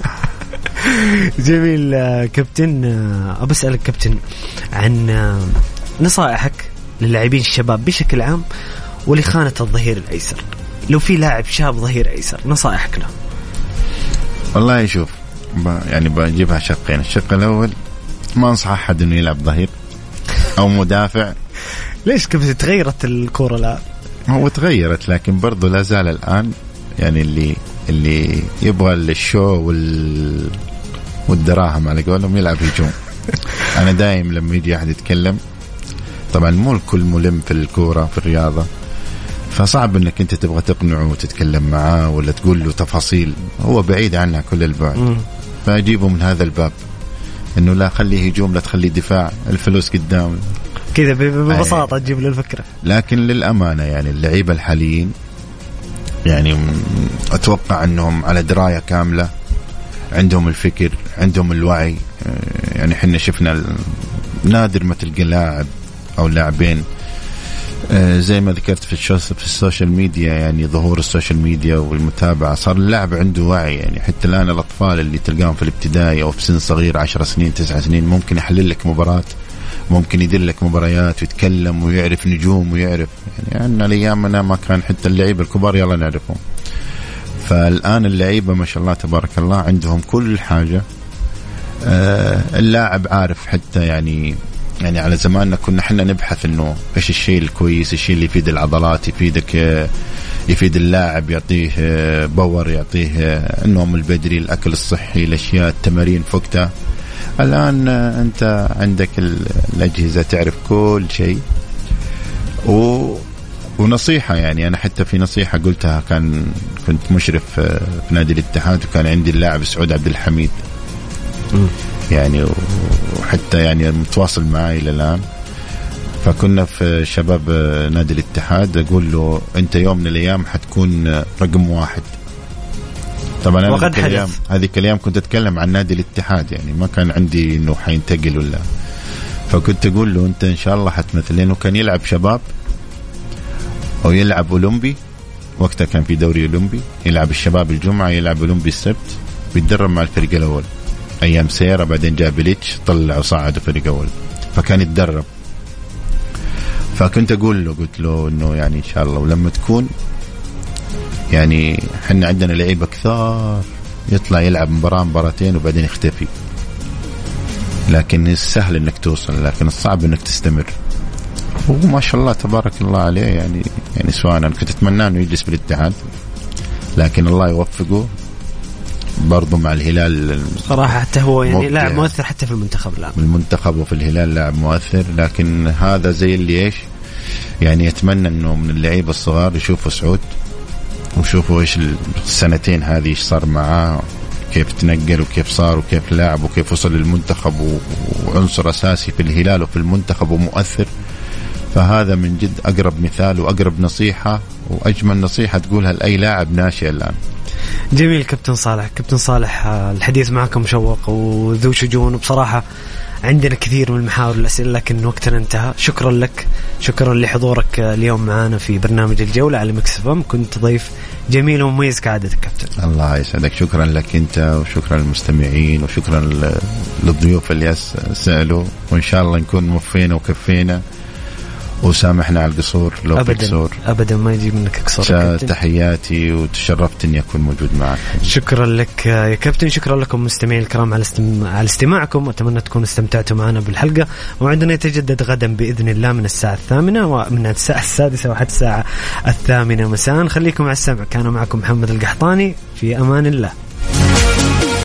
جميل كابتن. أسألك كابتن عن نصائحك للاعبين الشباب بشكل عام ولخانة الظهير الأيسر. لو في لاعب شاب ظهير أيسر نصائحك له؟ والله يشوف يعني بجيبها شقين. الشق الأول ما أنصح أحد إنه يلعب ظهير أو مدافع. ليش كيف تغيرت الكرة الآن؟ هو تغيرت لكن برضو لا زال الآن يعني اللي يبغى الشو والدراهم على قولهم يلعب هجوم. أنا دايم لما يجي أحد يتكلم، طبعا مو الكل ملم في الكورة في الرياضة، فصعب انك انت تبغى تقنعه وتتكلم معاه ولا تقول له تفاصيل، هو بعيد عنها كل البعد. فاجيبه من هذا الباب انه لا خليه هجوم لا تخليه دفاع، الفلوس قدام كذا ببساطة تجيب له الفكرة. لكن للأمانة يعني اللعيبة الحاليين يعني أتوقع أنهم على دراية كاملة، عندهم الفكر عندهم الوعي. يعني حنا شفنا نادر ما تلقى لاعب أو لاعبين زي ما ذكرت في السوشيال ميديا، يعني ظهور السوشيال ميديا والمتابعة صار اللاعب عنده وعي. يعني حتى الآن الأطفال اللي تلقاهم في الابتدائي أو في سن صغير 10 سنين 9 سنين ممكن يحلل لك مباراة، ممكن يدير لك مباريات ويتكلم ويعرف نجوم ويعرف. يعني أنا الأيامنا ما كان حتى اللعيبة الكبار يلا نعرفهم. فالآن اللعيبة ما شاء الله تبارك الله عندهم كل حاجة. اللاعب عارف حتى يعني على زماننا كنا حنا نبحث انه ايش الشيء الكويس، الشيء اللي يفيد العضلات، يفيد اللاعب، يعطيه باور، يعطيه النوم البدري، الاكل الصحي، الاشياء، التمارين فوقتها. الان انت عندك الاجهزه تعرف كل شيء. ونصيحه، يعني انا حتى في نصيحه قلتها، كنت مشرف في نادي الاتحاد وكان عندي اللاعب سعود عبد الحميد يعني، وحتى يعني متواصل معي إلى الآن. فكنا في شباب نادي الاتحاد أقول له أنت يوم من الأيام حتكون رقم 1. طبعا أنا هذه الأيام كنت أتكلم عن نادي الاتحاد، يعني ما كان عندي إنه حينتقل ولا. فكنت أقول له أنت إن شاء الله حتمثل، لأنه كان يلعب شباب أو يلعب أولمبي، وقتها كان في دوري أولمبي، يلعب الشباب الجمعة، يلعب أولمبي السبت، بيتدرب مع الفريق الأول أيام سيرة، بعدين جاء بليتش طلع وصعد فريق أول، فكان يتدرب. فكنت أقول له، قلت له إنه يعني إن شاء الله ولما تكون، يعني حنا عندنا لعيبة كثار يطلع يلعب مباراتين وبعدين يختفي، لكن السهل إنك توصل، لكن الصعب إنك تستمر. وما شاء الله تبارك الله عليه، يعني سواء أنا كنت أتمنى إنه يجلس بالاتحاد، لكن الله يوفقه برضو مع الهلال صراحة. حتى هو يعني لاعب مؤثر حتى في المنتخب، لا بالمنتخب وفي الهلال لاعب مؤثر. لكن هذا زي اللي إيش يعني، يتمنى إنه من اللعيبة الصغار يشوفوا سعود ويشوفوا إيش السنتين هذه إيش صار معاه، كيف تنقل وكيف صار وكيف لاعب وكيف وصل للمنتخب وعنصر أساسي في الهلال وفي المنتخب ومؤثر. فهذا من جد أقرب مثال وأقرب نصيحة وأجمل نصيحة تقولها لأي لاعب ناشئ الآن. جميل كابتن صالح، الحديث معكم مشوق وذو شجون، وبصراحة عندنا كثير من المحاور والأسئلة لكن وقتنا انتهى. شكرا لك، شكرا لحضورك اليوم معنا في برنامج الجولة على ميكس اف ام. كنت ضيف جميل ومميز كعادتك كابتن. الله يسعدك، شكرا لك انت وشكرا للمستمعين وشكرا للضيوف اللي سألوا، وإن شاء الله نكون موفينا وكفينا وسامحنا على القصور لو أبداً في قصور. أبدا ما يجي منك قصور. تحياتي وتشرفت أني أكون موجود معك. شكرا لك يا كابتن، شكرا لكم مستمعين الكرام على استماعكم، أتمنى تكونوا استمتعتوا معنا بالحلقة. وعندنا يتجدد غدا بإذن الله من الساعة 8 ومن الساعة 6 وحتى الساعة 8 مساء. خليكم على السمع، كان معكم محمد القحطاني، في أمان الله.